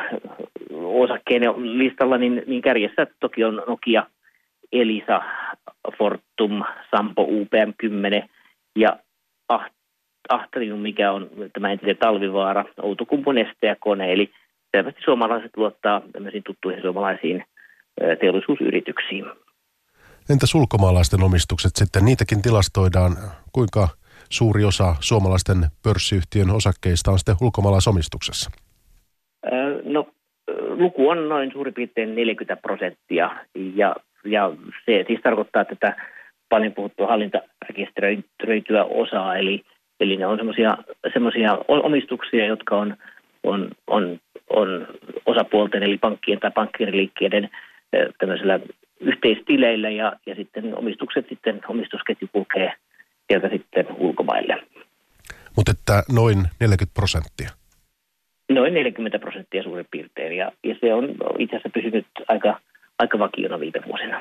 osakkeiden listalla, niin, niin kärjessä toki on Nokia, Elisa, Fortum, Sampo, U P M kymmenen ja Ahtarium, mikä on tämä entinen Talvivaara, Outokumpu, Neste ja Kone. Eli selvästi suomalaiset luottaa tämmöisiin tuttuihin suomalaisiin teollisuusyrityksiin. Entäs ulkomaalaisten omistukset sitten? Niitäkin tilastoidaan. Kuinka suuri osa suomalaisten pörssiyhtiön osakkeista on sitten ulkomaalaisomistuksessa? No, luku on noin suurin piirtein neljäkymmentä prosenttia ja, ja se siis tarkoittaa tätä paljon puhuttua hallintarekisteröityä osaa, eli, eli ne on semmoisia omistuksia, jotka on, on, on, on osapuolten eli pankkien tai pankkiriliikkeiden tämmöisellä yhteistileillä ja, ja sitten omistukset sitten, omistusketju kulkee sieltä sitten ulkomaille. Mutta että noin neljäkymmentä prosenttia? Noin neljäkymmentä prosenttia suurin piirtein ja, ja se on itse asiassa pysynyt aika, aika vakiona viime vuosina.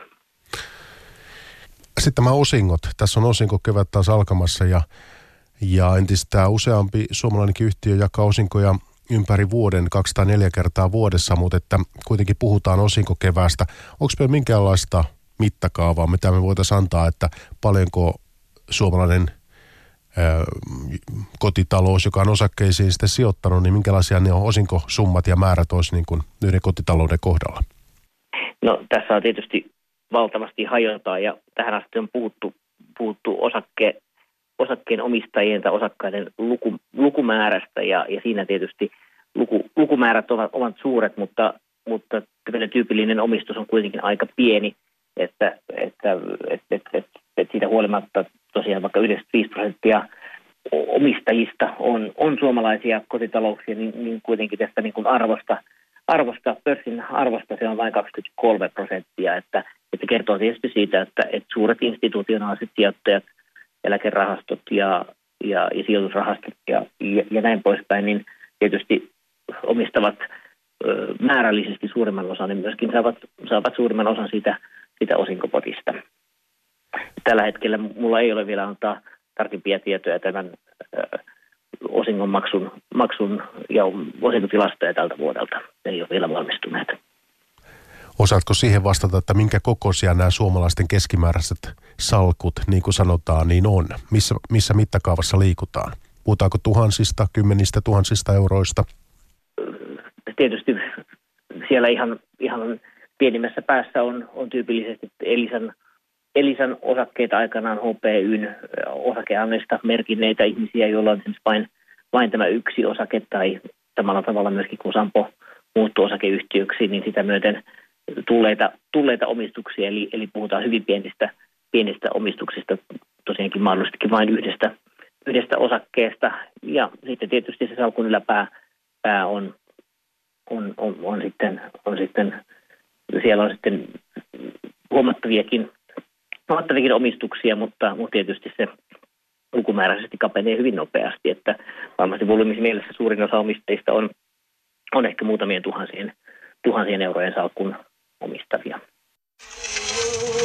Sitten nämä osingot. Tässä on osinkokevät taas alkamassa ja, ja entistä useampi suomalainenkin yhtiö jakaa osinkoja ympäri vuoden kaksisataaneljä kertaa vuodessa, mutta että kuitenkin puhutaan osinkokeväästä. Onko meillä minkäänlaista mittakaavaa, mitä me voitaisiin antaa, että paljonko suomalainen ää, kotitalous, joka on osakkeisiin sitten sijoittanut, niin minkälaisia ne on osinkosummat ja määrät olisi niin kuin yhden kotitalouden kohdalla? No tässä on tietysti valtavasti hajontaa ja tähän asti on puhuttu, puhuttu osakke, osakkeen omistajien tai osakkaiden luku, lukumäärästä ja, ja siinä tietysti luku, lukumäärät ovat, ovat suuret, mutta, mutta tyypillinen omistus on kuitenkin aika pieni, että, että, että, että, että, että siitä huolimatta tosiaan vaikka yhdeksänkymmentäviisi prosenttia omistajista on, on suomalaisia kotitalouksia, niin, niin kuitenkin tästä niin kuin arvosta, arvosta, pörssin arvosta se on vain kaksikymmentäkolme prosenttia, että, että kertoo tietysti siitä, että, että suuret institutionaaliset sijoittajat, eläkerahastot ja, ja, ja sijoitusrahastot ja, ja, ja näin poispäin, niin tietysti omistavat ö, määrällisesti suurimman osan, niin myöskin saavat, saavat suurimman osan siitä, siitä osinkopotista. Tällä hetkellä mulla ei ole vielä antaa tarkempia tietoja tämän ö, osingon maksun, maksun ja osinkotilastoja tältä vuodelta. Ne ei ole vielä valmistuneet. Osaatko siihen vastata, että minkä kokoisia nämä suomalaisten keskimääräiset salkut, niin kuin sanotaan, niin on? Missä, missä mittakaavassa liikutaan? Puhutaanko tuhansista, kymmenistä tuhansista euroista? Tietysti siellä ihan, ihan pienimmässä päässä on, on tyypillisesti Elisan, Elisan osakkeita aikanaan H P Y:n osakeannista merkinneitä ihmisiä, joilla on esimerkiksi vain, vain tämä yksi osake tai samalla tavalla myöskin kun Sampo muuttui osakeyhtiöksi, niin sitä myöten tulleita, tulleita omistuksia, eli, eli puhutaan hyvin pienistä, pienistä omistuksista, tosiaankin mahdollisestikin vain yhdestä, yhdestä osakkeesta. Ja sitten tietysti se salkun yläpää pää on, on, on, on, sitten, on sitten, siellä on sitten huomattaviakin, huomattaviakin omistuksia, mutta, mutta tietysti se lukumääräisesti kapenee hyvin nopeasti, että varmasti volyymisessa mielessä suurin osa omistajista on, on ehkä muutamien tuhansien, tuhansien eurojen salkun omistavia.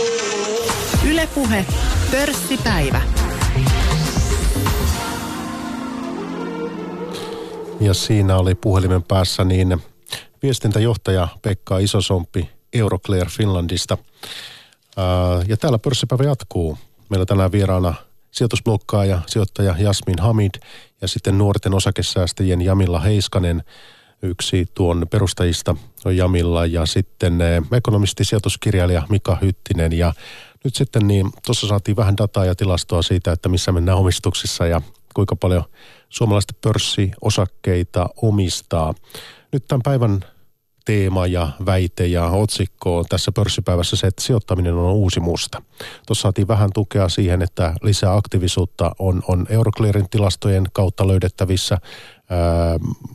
Yle Puhe, pörssipäivä. Ja siinä oli puhelimen päässä niin viestintäjohtaja Pekka Isosompi Euroclear Finlandista. Ja täällä pörssipäivä jatkuu. Meillä tänään vieraana sijoitusblokkaaja, sijoittaja Jasmin Hamid ja sitten nuorten osakesäästäjien Jamilla Heiskanen. Yksi tuon perustajista on Jamilla ja sitten ekonomisti, sijoituskirjailija Mika Hyttinen. Ja nyt sitten niin tuossa saatiin vähän dataa ja tilastoa siitä, että missä mennään omistuksissa ja kuinka paljon suomalaisten pörssiosakkeita omistaa. Nyt tämän päivän teema ja väite ja otsikko tässä pörssipäivässä se, että sijoittaminen on uusi musta. Tuossa saatiin vähän tukea siihen, että lisää aktiivisuutta on, on Euroclearin tilastojen kautta löydettävissä. Ää,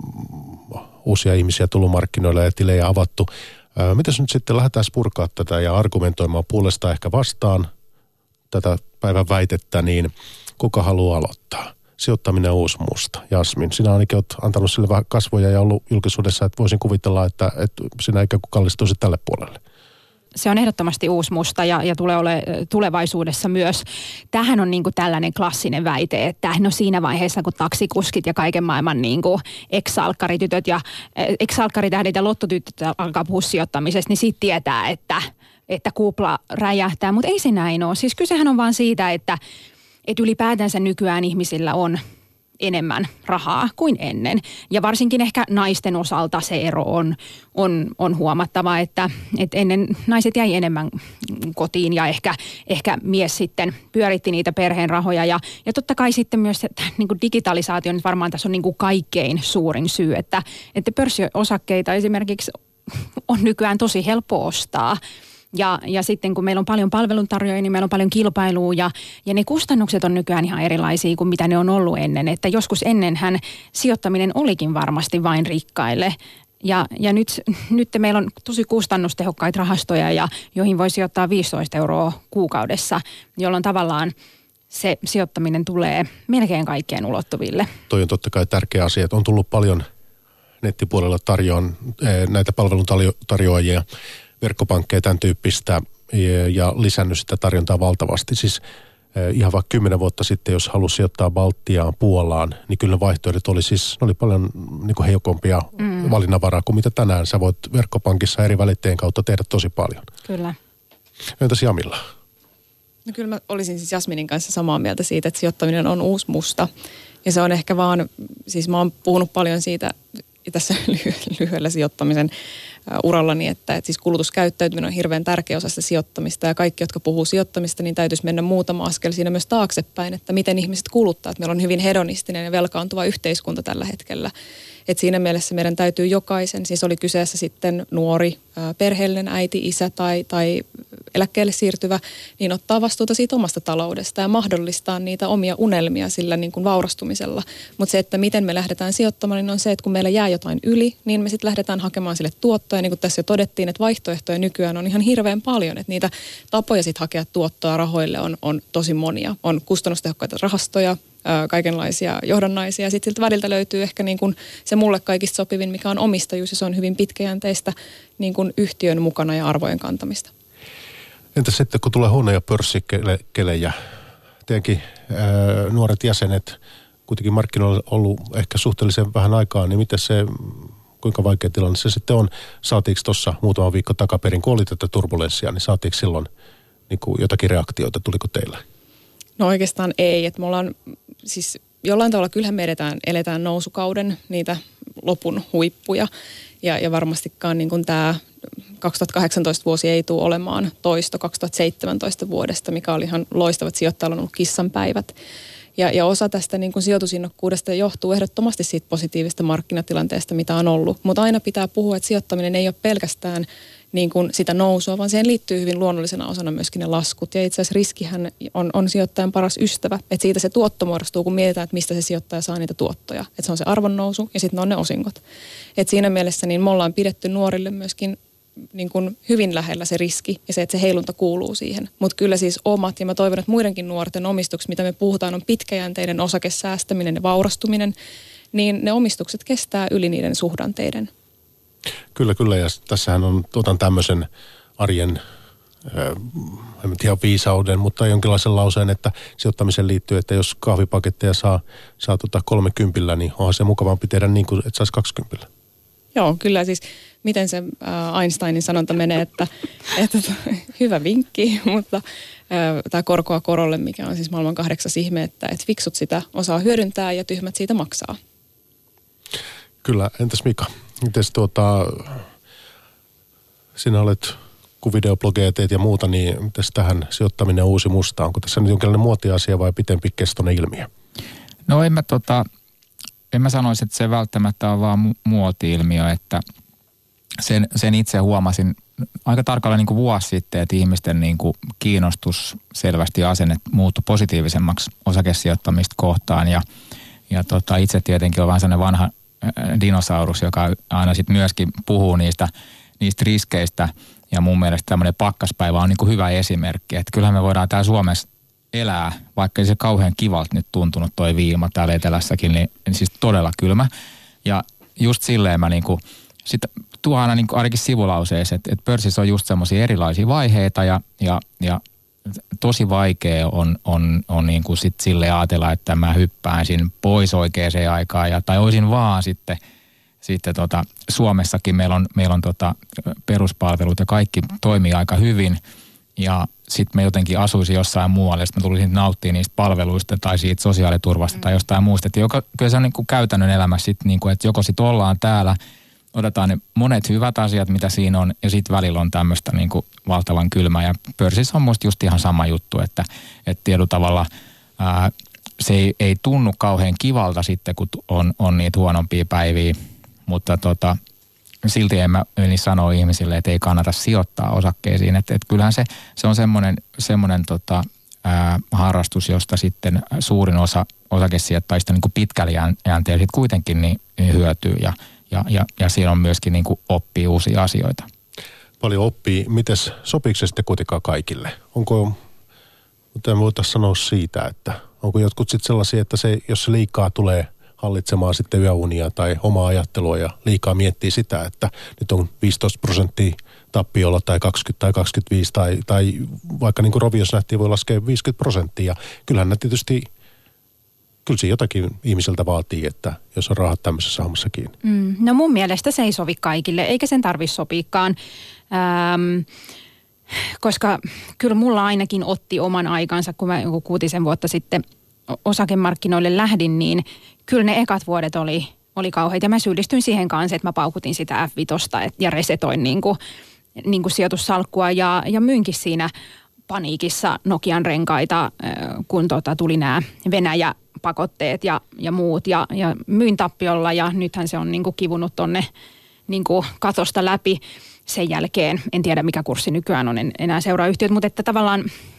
uusia ihmisiä tullut markkinoille ja tilejä avattu. Ää, mitäs nyt sitten lähdetään purkaa tätä ja argumentoimaan puolesta ehkä vastaan tätä päivän väitettä, niin kuka haluaa aloittaa? Sijoittaminen on uusi musta. Jasmin, sinä ainakin olet antanut sille vähän kasvoja ja ollut julkisuudessa, että voisin kuvitella, että, että sinä ikään kuin kallistuisit tälle puolelle. Se on ehdottomasti uusi musta ja, ja tulee ole tulevaisuudessa myös. Tämähän on niin kuin tällainen klassinen väite, että no siinä vaiheessa, kun taksikuskit ja kaiken maailman niin kuin ex-salkkaritytöt ja ex-salkkaritähdit ja lottotytöt alkaa puhua sijoittamisesta, niin sitten tietää, että, että kupla räjähtää. Mutta ei se näin ole. Siis kysehän on vaan siitä, että että ylipäätänsä nykyään ihmisillä on enemmän rahaa kuin ennen. Ja varsinkin ehkä naisten osalta se ero on, on, on huomattava, että, että ennen naiset jäi enemmän kotiin ja ehkä, ehkä mies sitten pyöritti niitä perheen rahoja. Ja, ja totta kai sitten myös että niin kuin digitalisaatio nyt varmaan tässä on niin kuin kaikkein suurin syy, että, että pörssiosakkeita esimerkiksi on nykyään tosi helppo ostaa. Ja, ja sitten kun meillä on paljon palveluntarjoajia, niin meillä on paljon kilpailua ja, ja ne kustannukset on nykyään ihan erilaisia kuin mitä ne on ollut ennen. Että joskus ennenhän sijoittaminen olikin varmasti vain rikkaille. Ja, ja nyt, nyt meillä on tosi kustannustehokkaita rahastoja, ja, joihin voi sijoittaa viisitoista euroa kuukaudessa, jolloin tavallaan se sijoittaminen tulee melkein kaikkien ulottuville. Toi on totta kai tärkeä asia, että on tullut paljon nettipuolella tarjoan näitä palveluntarjoajia, verkkopankkeja, tämän tyyppistä ja lisännyt sitä tarjontaa valtavasti. Siis ihan vaikka kymmenen vuotta sitten, jos halusi sijoittaa Baltiaan, Puolaan, niin kyllä vaihtoehdot oli siis, ne oli paljon niin kuin heikompia mm. valinnanvaraa kuin mitä tänään. Sä voit verkkopankissa eri välittäjien kautta tehdä tosi paljon. Kyllä. Entäs Jamilla? No kyllä mä olisin siis Jasminin kanssa samaa mieltä siitä, että sijoittaminen on uusi musta. Ja se on ehkä vaan, siis mä oon puhunut paljon siitä tässä lyhyellä sijoittamisen urallani, että, että siis kulutuskäyttäytyminen on hirveän tärkeä osa sitä sijoittamista, ja kaikki, jotka puhuu sijoittamista, niin täytyisi mennä muutama askel siinä myös taaksepäin, että miten ihmiset kuluttaa. Että meillä on hyvin hedonistinen ja velkaantuva yhteiskunta tällä hetkellä. Et siinä mielessä meidän täytyy jokaisen, siis oli kyseessä sitten nuori, perheellinen äiti, isä tai, tai eläkkeelle siirtyvä, niin ottaa vastuuta siitä omasta taloudesta ja mahdollistaa niitä omia unelmia sillä niin kuin vaurastumisella. Mutta se, että miten me lähdetään sijoittamaan, niin on se, että kun meillä jää jotain yli, niin me sitten lähdetään hakemaan sille tuottoa. Ja niin kuin tässä jo todettiin, että vaihtoehtoja nykyään on ihan hirveän paljon, että niitä tapoja sitten hakea tuottoa rahoille on, on tosi monia. On kustannustehokkaita rahastoja, kaikenlaisia johdannaisia. Sitten siltä väliltä löytyy ehkä niin kuin se mulle kaikista sopivin, mikä on omistajuus, ja se on hyvin pitkäjänteistä niin kuin yhtiön mukana ja arvojen kantamista. Entäs sitten, kun tulee huonoja pörssikelejä, tietenkin ää, nuoret jäsenet, kuitenkin markkinoilla on ollut ehkä suhteellisen vähän aikaa, niin miten se, kuinka vaikea tilanne se sitten on? Saatiinko tuossa muutama viikko takaperin, kun oli tätä turbulenssia, niin saatiinko silloin niin kuin jotakin reaktioita, tuliko teillä? No oikeastaan ei, että me ollaan siis jollain tavalla kyllähän me edetään, eletään nousukauden niitä lopun huippuja, ja, ja varmastikaan niin kuin tämä kaksituhattakahdeksantoista vuosi ei tule olemaan toisto kaksituhattaseitsemäntoista vuodesta, mikä oli ihan loistavat, sijoittajilla on ollut kissanpäivät. Ja, ja osa tästä niin kuin sijoitusinnokkuudesta johtuu ehdottomasti siitä positiivisesta markkinatilanteesta, mitä on ollut. Mutta aina pitää puhua, että sijoittaminen ei ole pelkästään niin kuin sitä nousua, vaan siihen liittyy hyvin luonnollisena osana myöskin ne laskut. Ja itse asiassa riskihän on, on sijoittajan paras ystävä. Että siitä se tuotto muodostuu, kun mietitään, että mistä se sijoittaja saa niitä tuottoja. Että se on se arvonnousu ja sitten on ne osingot. Että siinä mielessä niin me ollaan pidetty nuorille myöskin niin kuin hyvin lähellä se riski ja se, että se heilunta kuuluu siihen. Mutta kyllä siis omat, ja mä toivon, että muidenkin nuorten omistukset, mitä me puhutaan, on pitkäjänteinen osakesäästäminen ja vaurastuminen, niin ne omistukset kestää yli niiden suhdanteiden. Kyllä, kyllä, ja tässähän on, otan tämmöisen arjen en tiedä viisauden, mutta jonkinlaisen lauseen, että sijoittamiseen liittyy, että jos kahvipaketteja saa, saa tota kolmekympillä, niin onhan se mukavampi tehdä niin kuin, että saisi kaksikympillä. Joo, kyllä siis miten se äh, Einsteinin sanonta menee, että, että hyvä vinkki, mutta äh, tämä korkoa korolle, mikä on siis maailman kahdeksas ihme, että et fiksut sitä osaa hyödyntää ja tyhmät siitä maksaa. Kyllä, entäs Mika? Mites tuota, sinä olet, kun videoblogeja teet ja muuta, niin mitäs tähän sijoittaminen uusi musta? Onko tässä nyt jonkinlainen muotiasia vai pitempikestoinen ilmiö? No en mä tota... En mä sanoisi, että se välttämättä on vaan mu- muoti-ilmiö, että sen, sen itse huomasin aika tarkalleen niin kuin vuosi sitten, että ihmisten niin kuin kiinnostus selvästi asenne muuttui positiivisemmaksi osakesijoittamista kohtaan. Ja, ja tota, itse tietenkin on vähän sellainen vanha äh, dinosaurus, joka aina sitten myöskin puhuu niistä, niistä riskeistä. Ja mun mielestä tämmöinen pakkaspäivä on niin kuin hyvä esimerkki, että kyllähän me voidaan täällä Suomessa elää, vaikka ei se kauhean kivalta nyt tuntunut toi viima täällä etelässäkin, niin siis todella kylmä. Ja just silleen mä niinku, sit tuo aina niinku ainakin sivulauseessa, että, että pörssissä on just semmoisia erilaisia vaiheita ja, ja, ja tosi vaikea on, on, on niinku sit silleen ajatella, että mä hyppääsin pois oikeaan aikaan ja, tai olisin vaan sitten, sitten tota, Suomessakin meillä on, meillä on tota peruspalvelut ja kaikki toimii aika hyvin. Ja sitten mä jotenkin asuisin jossain muualle, ja sitten mä tulisin nauttia niistä palveluista tai siitä sosiaaliturvasta mm. tai jostain muusta. Että joka, kyllä se on niin kuin käytännön elämä sitten, niin kuin, että joko sitten ollaan täällä, otetaan ne monet hyvät asiat, mitä siinä on, ja sitten välillä on tämmöistä niin kuin valtavan kylmää. Ja pörssissä on musta just ihan sama juttu, että, että tietyllä tavalla ää, se ei, ei tunnu kauhean kivalta sitten, kun on, on niitä huonompia päiviä, mutta tota... Silti en mä niin sano ihmisille, että ei kannata sijoittaa osakkeisiin. Että, että kyllähän se, se on semmoinen, semmoinen tota, ää, harrastus, josta sitten suurin osa osakesijoittajista niin kuin pitkällä jänteellä sitten kuitenkin niin, niin hyötyy. Ja, ja, ja, ja siinä on myöskin niin kuin oppii uusia asioita. Paljon oppii. Mites, sopiiko se sitten kuitenkaan kaikille? Onko, mitä voitaisiin sanoa siitä, että onko jotkut sitten sellaisia, että se, jos se liikaa tulee hallitsemaan sitten yöunia tai omaa ajattelua ja liikaa miettii sitä, että nyt on viisitoista prosenttia tappiolla tai kaksikymmentä tai kaksikymmentäviisi tai, tai vaikka niin kuin Roviossa nähtiin voi laskea viisikymmentä prosenttia. Ja kyllähän ne tietysti, kyllä se jotakin ihmiseltä vaatii, että jos on rahat tämmöisessä hommassa kiinni. Mm, no mun mielestä se ei sovi kaikille, eikä sen tarvitse sopiikaan. Ähm, koska kyllä mulla ainakin otti oman aikansa, kun mä joku kuutisen vuotta sitten osakemarkkinoille lähdin, niin kyllä ne ekat vuodet oli, oli kauheita. Ja mä syyllistyin siihen kanssa, että mä paukutin sitä F viisi ja resetoin niin kuin, niin kuin sijoitussalkkua ja, ja myynkin siinä paniikissa Nokian renkaita, kun tota tuli nämä Venäjä-pakotteet ja, ja muut. Ja, ja myin tappiolla ja nythän se on niin kuin kivunut tonne niin kuin katosta läpi sen jälkeen. En tiedä mikä kurssi nykyään on, en enää seuraa yhtiöt, mutta että tavallaan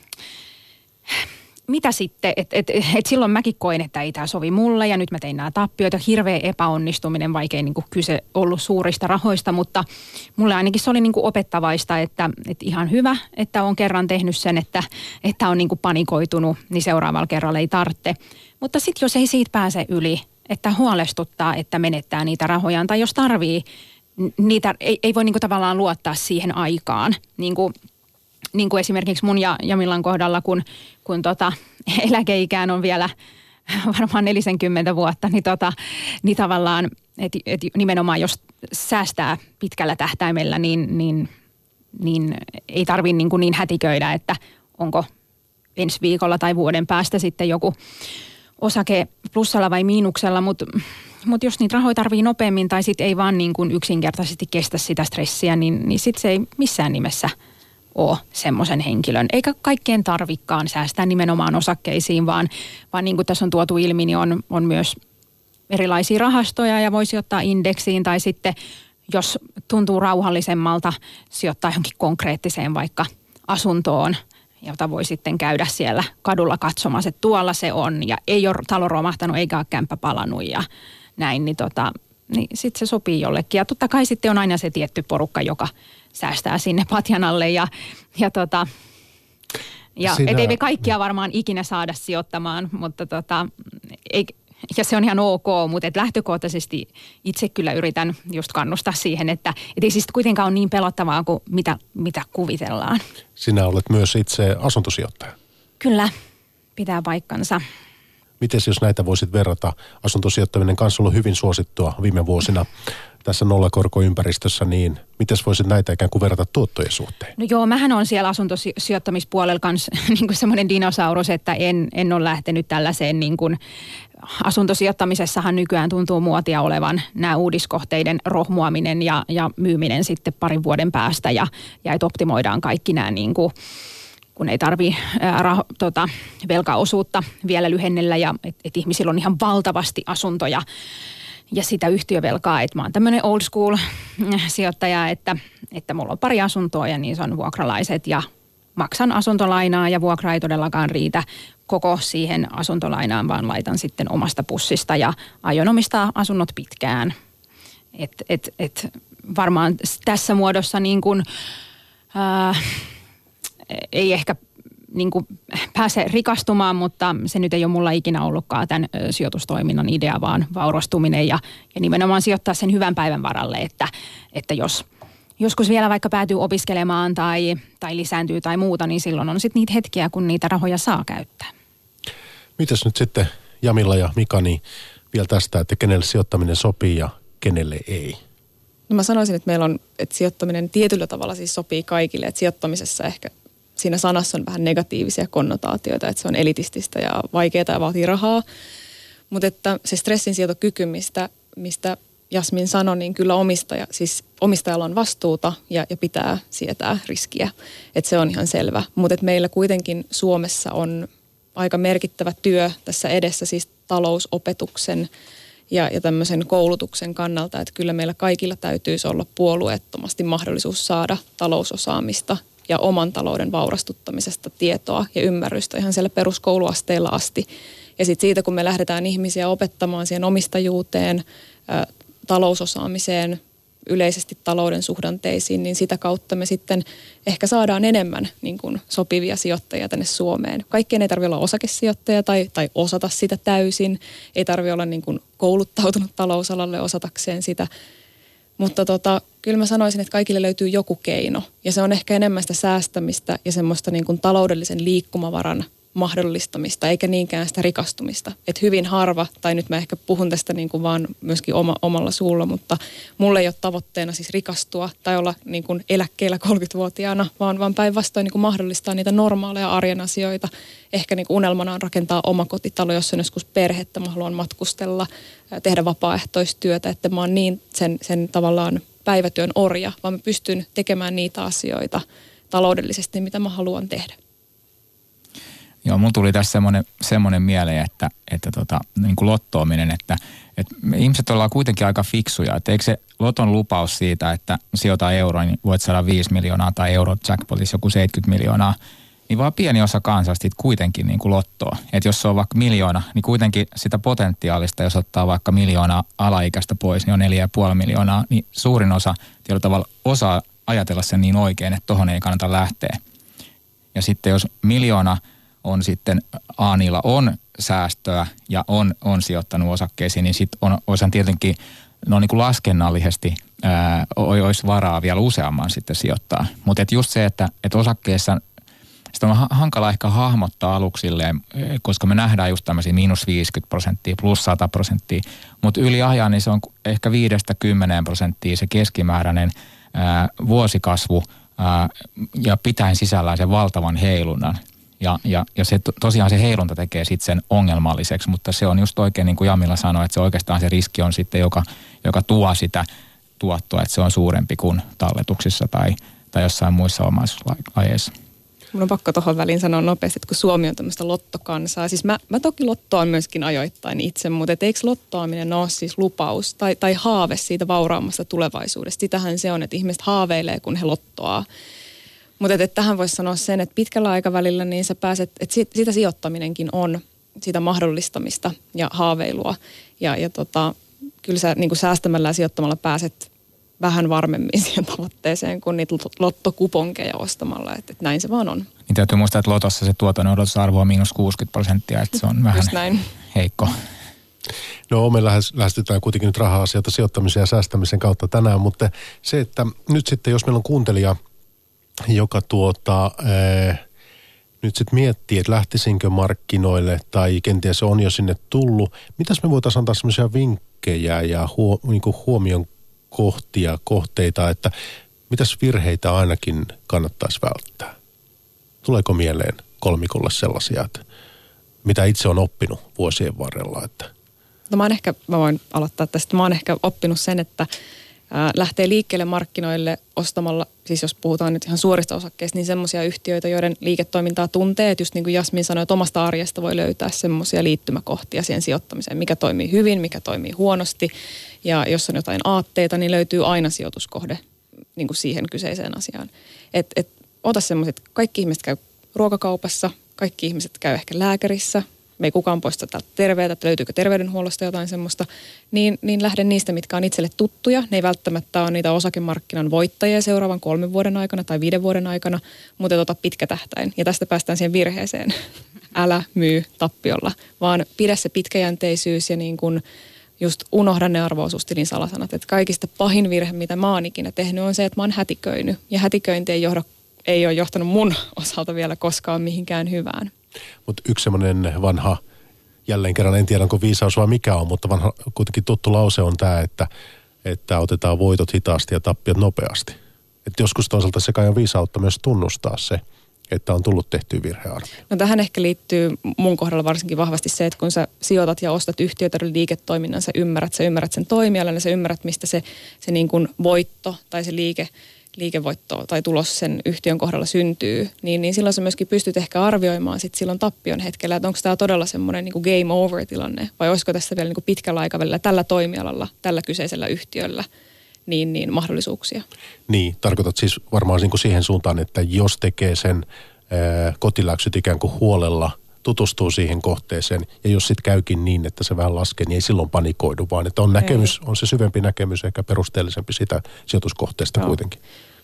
mitä sitten, että et, et silloin mäkin koin, että ei tämä sovi mulle ja nyt mä tein nämä tappioita. Hirveä epäonnistuminen, vaikea niin kuin kyse ollut suurista rahoista, mutta mulle ainakin se oli niin kuin opettavaista, että, että ihan hyvä, että on kerran tehnyt sen, että, että on niin kuin panikoitunut, niin seuraavalla kerralla ei tarvitse. Mutta sitten jos ei siitä pääse yli, että huolestuttaa, että menettää niitä rahojaan tai jos tarvii, niitä ei, ei voi niin kuin tavallaan luottaa siihen aikaan, niin kuin Niin kuin esimerkiksi mun ja Jamilan kohdalla, kun, kun tota, eläkeikään on vielä varmaan neljäkymmentä vuotta, niin, tota, niin tavallaan, että et nimenomaan jos säästää pitkällä tähtäimellä, niin, niin, niin ei tarvitse niin, niin hätiköidä, että onko ensi viikolla tai vuoden päästä sitten joku osake plussalla vai miinuksella, mutta mut jos niitä rahoja tarvii nopeammin tai sitten ei vaan niin kuin yksinkertaisesti kestä sitä stressiä, niin, niin sitten se ei missään nimessä ole semmoisen henkilön. Eikä kaikkeen tarvikkaan säästää nimenomaan osakkeisiin, vaan, vaan niin kuin tässä on tuotu ilmi, niin on, on myös erilaisia rahastoja ja voisi ottaa indeksiin tai sitten, jos tuntuu rauhallisemmalta, sijoittaa johonkin konkreettiseen vaikka asuntoon, jota voi sitten käydä siellä kadulla katsomassa, että tuolla se on ja ei ole talo romahtanut eikä ole kämppä palannut ja näin, niin, tota, niin sitten se sopii jollekin. Ja totta kai sitten on aina se tietty porukka, joka säästää sinne patjan alle ja, ja, tota, ja Sinä... et ei me kaikkia varmaan ikinä saada sijoittamaan, mutta tota, ei, ja se on ihan ok, mutta et lähtökohtaisesti itse kyllä yritän just kannustaa siihen, että et ei siis kuitenkaan ole niin pelottavaa kuin mitä, mitä kuvitellaan. Sinä olet myös itse asuntosijoittaja. Kyllä, pitää paikkansa. Mites jos näitä voisit verrata? Asuntosijoittaminen kanssa on ollut hyvin suosittua viime vuosina tässä nollakorkoympäristössä, niin miten voisit näitä ikään kuin verrata tuottojen suhteen? No joo, mähän on siellä asuntosijoittamispuolella kanssa niin kuin semmoinen dinosaurus, että en, en ole lähtenyt tällaiseen niin kuin asuntosijoittamisessahan nykyään tuntuu muotia olevan nämä uudiskohteiden rohmuaminen ja, ja myyminen sitten parin vuoden päästä ja, ja että optimoidaan kaikki nämä niin kuin kun ei tarvitse tota, velkaosuutta vielä lyhennellä ja että et ihmisillä on ihan valtavasti asuntoja ja sitä yhtiövelkaa. Että mä oon tämmöinen old school sijoittaja, että, että mulla on pari asuntoa ja niissä on vuokralaiset ja maksan asuntolainaa ja vuokra ei todellakaan riitä koko siihen asuntolainaan, vaan laitan sitten omasta pussista ja aion omistaa asunnot pitkään. Et, et, et varmaan tässä muodossa niin kuin, ää, ei ehkä niin kuin pääse rikastumaan, mutta se nyt ei ole mulla ikinä ollutkaan tämän sijoitustoiminnan idea, vaan vaurastuminen ja, ja nimenomaan sijoittaa sen hyvän päivän varalle, että, että jos joskus vielä vaikka päätyy opiskelemaan tai, tai lisääntyy tai muuta, niin silloin on sitten niitä hetkiä, kun niitä rahoja saa käyttää. Mitäs nyt sitten Jamila ja Mika, niin vielä tästä, että kenelle sijoittaminen sopii ja kenelle ei? No mä sanoisin, että meillä on, että sijoittaminen tietyllä tavalla siis sopii kaikille, että sijoittamisessa ehkä siinä sanassa on vähän negatiivisia konnotaatioita, että se on elitististä ja vaikeaa ja vaatii rahaa. Mutta että se stressinsietokyky, mistä, mistä Jasmin sanoi, niin kyllä omistaja, siis omistajalla on vastuuta ja, ja pitää sietää riskiä. Että se on ihan selvä. Mutta että meillä kuitenkin Suomessa on aika merkittävä työ tässä edessä, siis talousopetuksen ja, ja tämmöisen koulutuksen kannalta. Että kyllä meillä kaikilla täytyisi olla puolueettomasti mahdollisuus saada talousosaamista ja oman talouden vaurastuttamisesta tietoa ja ymmärrystä ihan siellä peruskouluasteella asti. Ja sitten siitä, kun me lähdetään ihmisiä opettamaan siihen omistajuuteen, ä, talousosaamiseen, yleisesti talouden suhdanteisiin, niin sitä kautta me sitten ehkä saadaan enemmän niin kuin sopivia sijoittajia tänne Suomeen. Kaikkien ei tarvitse olla osakesijoittaja tai, tai osata sitä täysin. Ei tarvitse olla niin kuin kouluttautunut talousalalle osatakseen sitä. Mutta tota, kyllä mä sanoisin, että kaikille löytyy joku keino. Ja se on ehkä enemmän sitä säästämistä ja semmoista niin kuin taloudellisen liikkumavaran mahdollistamista, eikä niinkään sitä rikastumista. Että hyvin harva, tai nyt mä ehkä puhun tästä niin kuin vaan myöskin oma, omalla suulla, mutta mulle ei ole tavoitteena siis rikastua tai olla niin kuin eläkkeellä kolmekymmentävuotiaana, vaan, vaan päinvastoin niin kuin mahdollistaa niitä normaaleja arjen asioita. Ehkä niin kuin unelmana on rakentaa oma kotitalo, jossa on joskus perhettä, mä haluan matkustella, tehdä vapaaehtoistyötä, että mä oon niin sen, sen tavallaan päivätyön orja, vaan mä pystyn tekemään niitä asioita taloudellisesti, mitä mä haluan tehdä. Joo, mulla tuli tässä semmoinen, semmoinen mieleen, että, että tota, niin kuin lottoaminen, että, että me ihmiset ollaan kuitenkin aika fiksuja. Että eikö se loton lupaus siitä, että sijoita euroa, niin voit saada viisi miljoonaa tai euro jackpotissa joku seitsemänkymmentä miljoonaa, niin vaan pieni osa kansasta kuitenkin niin kuin lottoa. Että jos se on vaikka miljoona, niin kuitenkin sitä potentiaalista, jos ottaa vaikka miljoonaa alaikäistä pois, niin on neljä ja puoli miljoonaa, niin suurin osa tietyllä tavalla osaa ajatella sen niin oikein, että tohon ei kannata lähteä. Ja sitten jos miljoona on sitten Aanilla on säästöä ja on, on sijoittanut osakkeisiin, niin sitten on, on tietenkin no niin kuin laskennallisesti ää, olisi varaa vielä useamman sitten sijoittaa. Mutta just se, että et osakkeessa sitä on hankala ehkä hahmottaa aluksille, koska me nähdään just tämmöisiä miinus viisikymmentä prosenttia, plus sata prosenttia, mutta yli ajan niin se on ehkä viidestä kymmeneen prosenttia se keskimääräinen ää, vuosikasvu ää, ja pitäen sisällään sen valtavan heilunnan. Ja, ja, ja se, tosiaan se heilunta tekee sitten sen ongelmalliseksi, mutta se on just oikein niin kuin Jamila sanoi, että se oikeastaan se riski on sitten, joka, joka tuo sitä tuottoa, että se on suurempi kuin talletuksissa tai, tai jossain muissa omaisuuslajeissa. Mun on pakko tuohon väliin sanoa nopeasti, että kun Suomi on tämmöistä lottokansaa, siis mä, mä toki lottoan myöskin ajoittain itse, mutta et eikö lottoaminen ole siis lupaus tai, tai haave siitä vauraammasta tulevaisuudesta? Sitähän se on, että ihmiset haaveilee, kun he lottoaa. Mutta et, et tähän voisi sanoa sen, että pitkällä aikavälillä niin sä pääset, että sit, sitä sijoittaminenkin on sitä mahdollistamista ja haaveilua. Ja, ja tota, kyllä sä niin kuin säästämällä ja sijoittamalla pääset vähän varmemmin siihen tavoitteeseen kuin niitä lottokuponkeja ostamalla, että et näin se vaan on. Niin täytyy muistaa, että lotossa se tuoton odotusarvo on miinus kuusikymmentä prosenttia, että se on vähän heikko. No me lähestytään kuitenkin nyt raha-asioita sijoittamisen ja säästämisen kautta tänään, mutta se, että nyt sitten jos meillä on kuuntelija, joka tuota, ää, nyt sitten miettii, että lähtisinkö markkinoille tai kenties on jo sinne tullut, mitäs me voitaisiin antaa semmoisia vinkkejä ja huo, niin kuin huomion kohtia, kohteita, että mitäs virheitä ainakin kannattaisi välttää? Tuleeko mieleen kolmikolle sellaisia, että mitä itse on oppinut vuosien varrella? Että... No mä oon ehkä, mä voin aloittaa tästä, mä oon ehkä oppinut sen, että ää, lähtee liikkeelle markkinoille ostamalla, siis jos puhutaan nyt ihan suorista osakkeista, niin semmoisia yhtiöitä, joiden liiketoimintaa tuntee, että just niin kuin Jasmin sanoi, että omasta arjesta voi löytää semmoisia liittymäkohtia siihen sijoittamiseen, mikä toimii hyvin, mikä toimii huonosti, ja jos on jotain aatteita, niin löytyy aina sijoituskohde niin kuin siihen kyseiseen asiaan. Et, et, ota semmoiset, kaikki ihmiset käy ruokakaupassa, kaikki ihmiset käy ehkä lääkärissä, me ei kukaan poista täältä terveitä, että löytyykö terveydenhuollosta jotain semmoista, niin, niin lähden niistä, mitkä on itselle tuttuja. Ne ei välttämättä ole niitä osakemarkkinan voittajia seuraavan kolmen vuoden aikana tai viiden vuoden aikana, mutta ota pitkä tähtäin. Ja tästä päästään siihen virheeseen. Älä myy tappiolla, vaan pidä se pitkäjänteisyys ja niin kuin just unohda ne arvo-osuustilin salasanat. Että kaikista pahin virhe, mitä mä oon ikinä tehnyt, on se, että mä oon hätiköinyt. Ja hätiköinti ei, johda, ei ole johtanut mun osalta vielä koskaan mihinkään hyvään. Mutta yksi semmoinen vanha, jälleen kerran en tiedä onko viisaus vai mikä on, mutta vanha kuitenkin tuttu lause on tämä, että, että otetaan voitot hitaasti ja tappiot nopeasti. Että joskus toisaalta se kai on viisautta myös tunnustaa se, että on tullut tehtyä virhearvio. No tähän ehkä liittyy mun kohdalla varsinkin vahvasti se, että kun sä sijoitat ja ostat yhtiötä liiketoiminnan, sä ymmärrät, sä ymmärrät sen toimialan ja sä ymmärrät, mistä se, se niin kuin voitto tai se liike, liikevoitto tai tulos sen yhtiön kohdalla syntyy, niin, niin silloin sä myöskin pystyt ehkä arvioimaan sit silloin tappion hetkellä, että onko tämä todella semmoinen niin kuin game over-tilanne vai olisiko tässä vielä niin kuin pitkällä aikavälillä tällä toimialalla, tällä kyseisellä yhtiöllä niin, niin mahdollisuuksia. Niin, tarkoitat siis varmaan niin kuin siihen suuntaan, että jos tekee sen ää, kotiläksyt ikään kuin huolella, tutustuu siihen kohteeseen ja jos sitten käykin niin, että se vähän laskee, niin ei silloin panikoidu, vaan että on näkemys, ei. on se syvempi näkemys, ehkä perusteellisempi sitä sijoituskohteesta no. kuitenkin.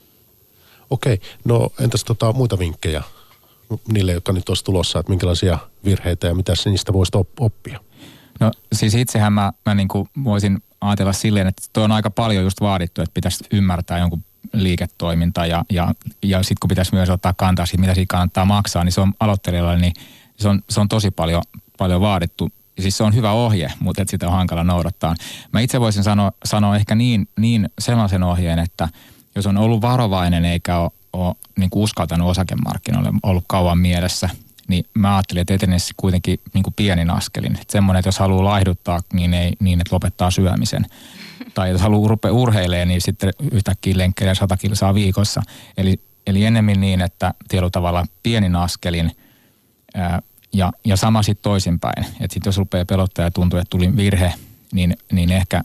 Okei, no entäs tota, muita vinkkejä niille, jotka nyt olisi tulossa, että minkälaisia virheitä ja mitä niistä voisi oppia? No siis itsehän mä, mä niin kuin voisin ajatella silleen, että tuo on aika paljon just vaadittu, että pitäisi ymmärtää jonkun liiketoiminta ja, ja, ja sitten kun pitäisi myös ottaa kantaa siitä, mitä siitä kannattaa maksaa, niin se on aloittelijalle, niin se on, se on tosi paljon, paljon vaadittu. Siis se on hyvä ohje, mutta sitä on hankala noudattaa. Mä itse voisin sanoa, sanoa ehkä niin, niin sellaisen ohjeen, että jos on ollut varovainen eikä ole, ole niin kuin uskaltanut osakemarkkinoille, ollut kauan mielessä, niin mä ajattelin, että etenisi kuitenkin niin kuin pienin askelin. Että semmoinen, että jos haluaa laihduttaa, niin, ei, niin että lopettaa syömisen. Tai jos haluaa rupea urheilemaan, niin sitten yhtäkkiä lenkkeilee sata kilsaa viikossa. Eli, eli enemmän niin, että tietyllä tavalla pienin askelin ää, ja, ja sama sitten toisinpäin. Että sitten jos rupeaa pelottaa ja tuntuu, että tuli virhe, niin, niin ehkä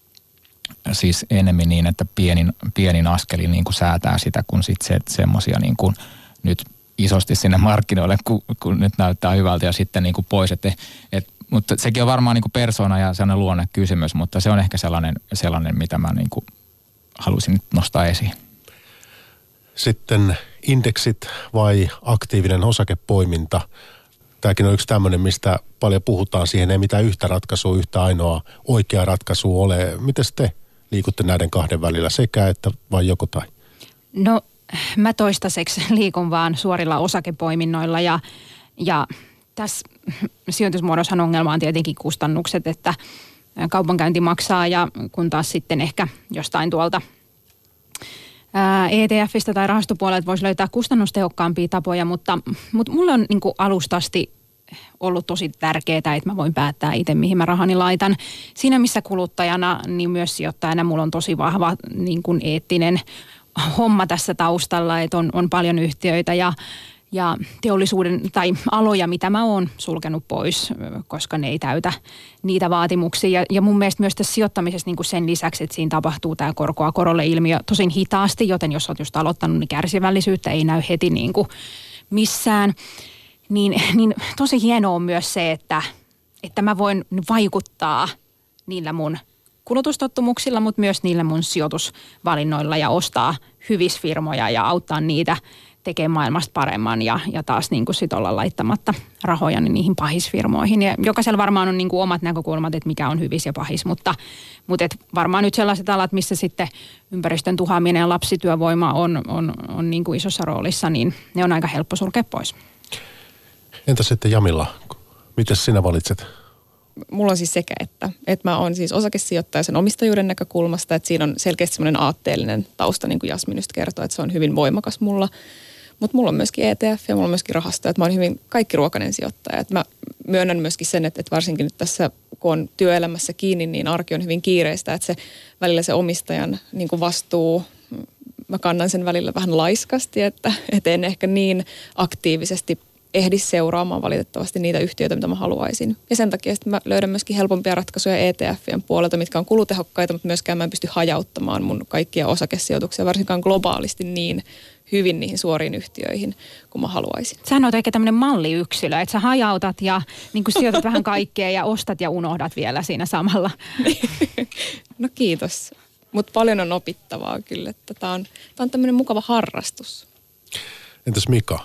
siis enemmän niin, että pienin, pienin askelin niin kuin säätää sitä, kun sitten se, semmoisia niin kuin nyt isosti sinne markkinoille, kun, kun nyt näyttää hyvältä ja sitten niin kuin pois. Et, et, mutta sekin on varmaan niin kuin persona ja sellainen luonnekysymys, mutta se on ehkä sellainen, sellainen mitä mä niin kuin halusin nyt nostaa esiin. Sitten indeksit vai aktiivinen osakepoiminta. Tämäkin on yksi tämmöinen, mistä paljon puhutaan. Siihen ei mitään yhtä ratkaisua, yhtä ainoa oikea ratkaisua ole. Miten te liikutte näiden kahden välillä, sekä että vai joko tai? No mä toistaiseksi liikun vaan suorilla osakepoiminnoilla ja, ja tässä sijoitusmuodossahan ongelma on tietenkin kustannukset, että kaupankäynti maksaa ja kun taas sitten ehkä jostain tuolta E T F:istä tai rahastopuolelta voisi löytää kustannustehokkaampia tapoja, mutta, mutta mulle on niin kuin alusta asti ollut tosi tärkeää, että mä voin päättää itse, mihin mä rahani laitan. Siinä missä kuluttajana, niin myös sijoittajana mulla on tosi vahva niin kuin eettinen homma tässä taustalla, että on, on paljon yhtiöitä ja, ja teollisuuden tai aloja, mitä mä oon sulkenut pois, koska ne ei täytä niitä vaatimuksia. Ja, ja mun mielestä myös tässä sijoittamisessa niin kuin sen lisäksi, että siinä tapahtuu tämä korkoa korolle ilmiö tosin hitaasti, joten jos oot just aloittanut, niin kärsivällisyyttä ei näy heti niin kuin missään. Niin, niin tosi hienoa on myös se, että, että mä voin vaikuttaa niillä mun kulutustottumuksilla, mutta myös niillä mun sijoitusvalinnoilla ja ostaa hyvissä firmoja ja auttaa niitä tekee maailmasta paremman ja, ja taas niin kuin sit olla laittamatta rahoja niihin pahisfirmoihin. Ja jokaisella varmaan on niin kuin omat näkökulmat, että mikä on hyvis ja pahis, mutta, mutta et varmaan nyt sellaiset alat, missä sitten ympäristön tuhaaminen ja lapsityövoima on, on, on niin kuin isossa roolissa, niin ne on aika helppo sulkea pois. Entä sitten Jamila, miten sinä valitset? Mulla on siis sekä että. Että mä oon siis osakesijoittaja sen omistajuuden näkökulmasta, että siinä on selkeästi semmoinen aatteellinen tausta, niin kuin Jasmin just kertoi, että se on hyvin voimakas mulla. Mutta mulla on myöskin E T F ja mulla on myöskin rahasto, että mä oon hyvin kaikkiruokainen sijoittaja. Että mä myönnän myöskin sen, että, että varsinkin nyt tässä, kun on työelämässä kiinni, niin arki on hyvin kiireistä, että se välillä se omistajan niin kuin vastuu, mä kannan sen välillä vähän laiskasti, että, että en ehkä niin aktiivisesti ehdi seuraamaan valitettavasti niitä yhtiöitä, mitä mä haluaisin. Ja sen takia sitten mä löydän myöskin helpompia ratkaisuja E T F:ien puolelta, mitkä on kulutehokkaita, mutta myöskään mä en pysty hajauttamaan mun kaikkia osakesijoituksia, varsinkaan globaalisti niin hyvin niihin suoriin yhtiöihin, kuin mä haluaisin. Sähän oot oikein tämmöinen malliyksilö, että sä hajautat ja niin kuin sijoitat vähän kaikkea ja ostat ja unohdat vielä siinä samalla. No kiitos. Mutta paljon on opittavaa kyllä, että tää on, tää on tämmöinen mukava harrastus. Entäs Mika?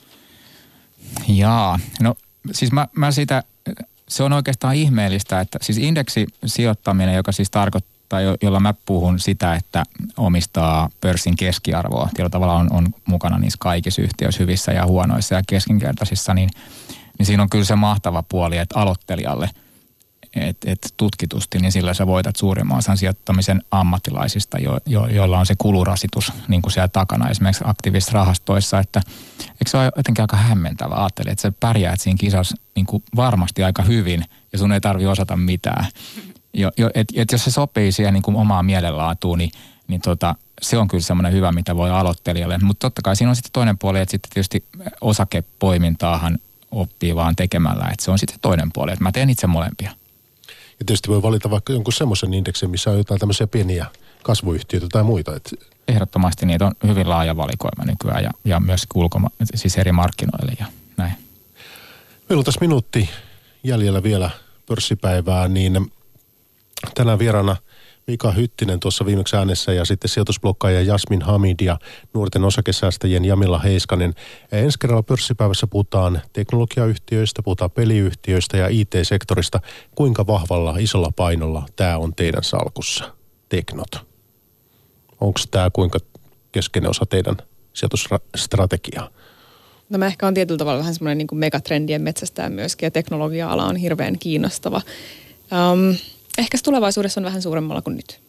Jaa, no siis mä, mä sitä, se on oikeastaan ihmeellistä, että siis indeksisijoittaminen, joka siis tarkoittaa, jo, jolla mä puhun sitä, että omistaa pörssin keskiarvoa, tietyllä tavalla on, on mukana niissä kaikissa yhtiöissä, hyvissä ja huonoissa ja keskinkertaisissa, niin, niin siinä on kyllä se mahtava puoli, että aloittelijalle, että et tutkitusti, niin silloin sä voitat suurimman osan sijoittamisen ammattilaisista, jo, jo, joilla on se kulurasitus niin kuin siellä takana esimerkiksi aktiivisissa rahastoissa, että eikö se ole jotenkin aika hämmentävä? Ajattelin, että sä pärjäät siinä kisassa niin kuin varmasti aika hyvin ja sun ei tarvitse osata mitään. Jo, jo, et, et jos se sopii siihen niin kuin omaan mielenlaatuun, niin, niin tota, se on kyllä semmoinen hyvä, mitä voi aloittelijalle. Mutta totta kai siinä on sitten toinen puoli, että sitten tietysti osakepoimintaahan oppii vaan tekemällä, että se on sitten toinen puoli, että mä teen itse molempia. Ja tietysti voi valita vaikka jonkun semmoisen indeksin, missä on jotain tämmöisiä pieniä kasvuyhtiöitä tai muita. Et... Ehdottomasti niitä on hyvin laaja valikoima nykyään ja, ja myös ulkoma, siis eri markkinoille ja näin. Meillä on tässä minuutti jäljellä vielä pörssipäivää, niin tänään vieraana Mika Hyttinen tuossa viimeksi äänessä ja sitten sijoitusblokkaaja Jasmin Hamid ja nuorten osakesäästäjien Jamila Heiskanen. Ensi kerralla pörssipäivässä puhutaan teknologiayhtiöistä, puhutaan peliyhtiöistä ja I T-sektorista. Kuinka vahvalla, isolla painolla tämä on teidän salkussa, teknot? Onko tämä kuinka keskeinen osa teidän sijoitusstrategiaa? No mä ehkä on tietyllä tavalla vähän semmoinen niin kuin megatrendien metsästää myöskin ja teknologia-ala on hirveän kiinnostava. Um, Ehkä se tulevaisuudessa on vähän suuremmalla kuin nyt.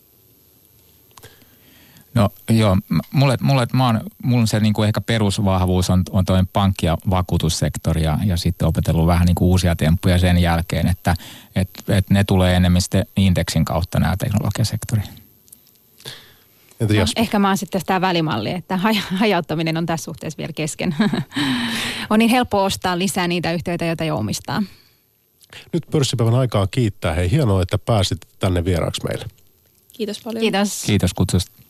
No joo, mulle, mulle, mä oon, mulla se niinku ehkä perusvahvuus on, on toinen pankki- ja vakuutussektori ja, ja sitten opetellut vähän niinku uusia temppuja sen jälkeen, että et, et ne tulee enemmän sitten indeksin kautta nämä teknologiasektori. No, ehkä mä oon sitten tämä välimalli, että hajauttaminen on tässä suhteessa vielä kesken. On niin helppo ostaa lisää niitä yhtiöitä, joita jo omistaa. Nyt pörssipäivän aikaan kiittää. Hei, hienoa, että pääsit tänne vieraaksi meille. Kiitos paljon. Kiitos. Kiitos kutsusta.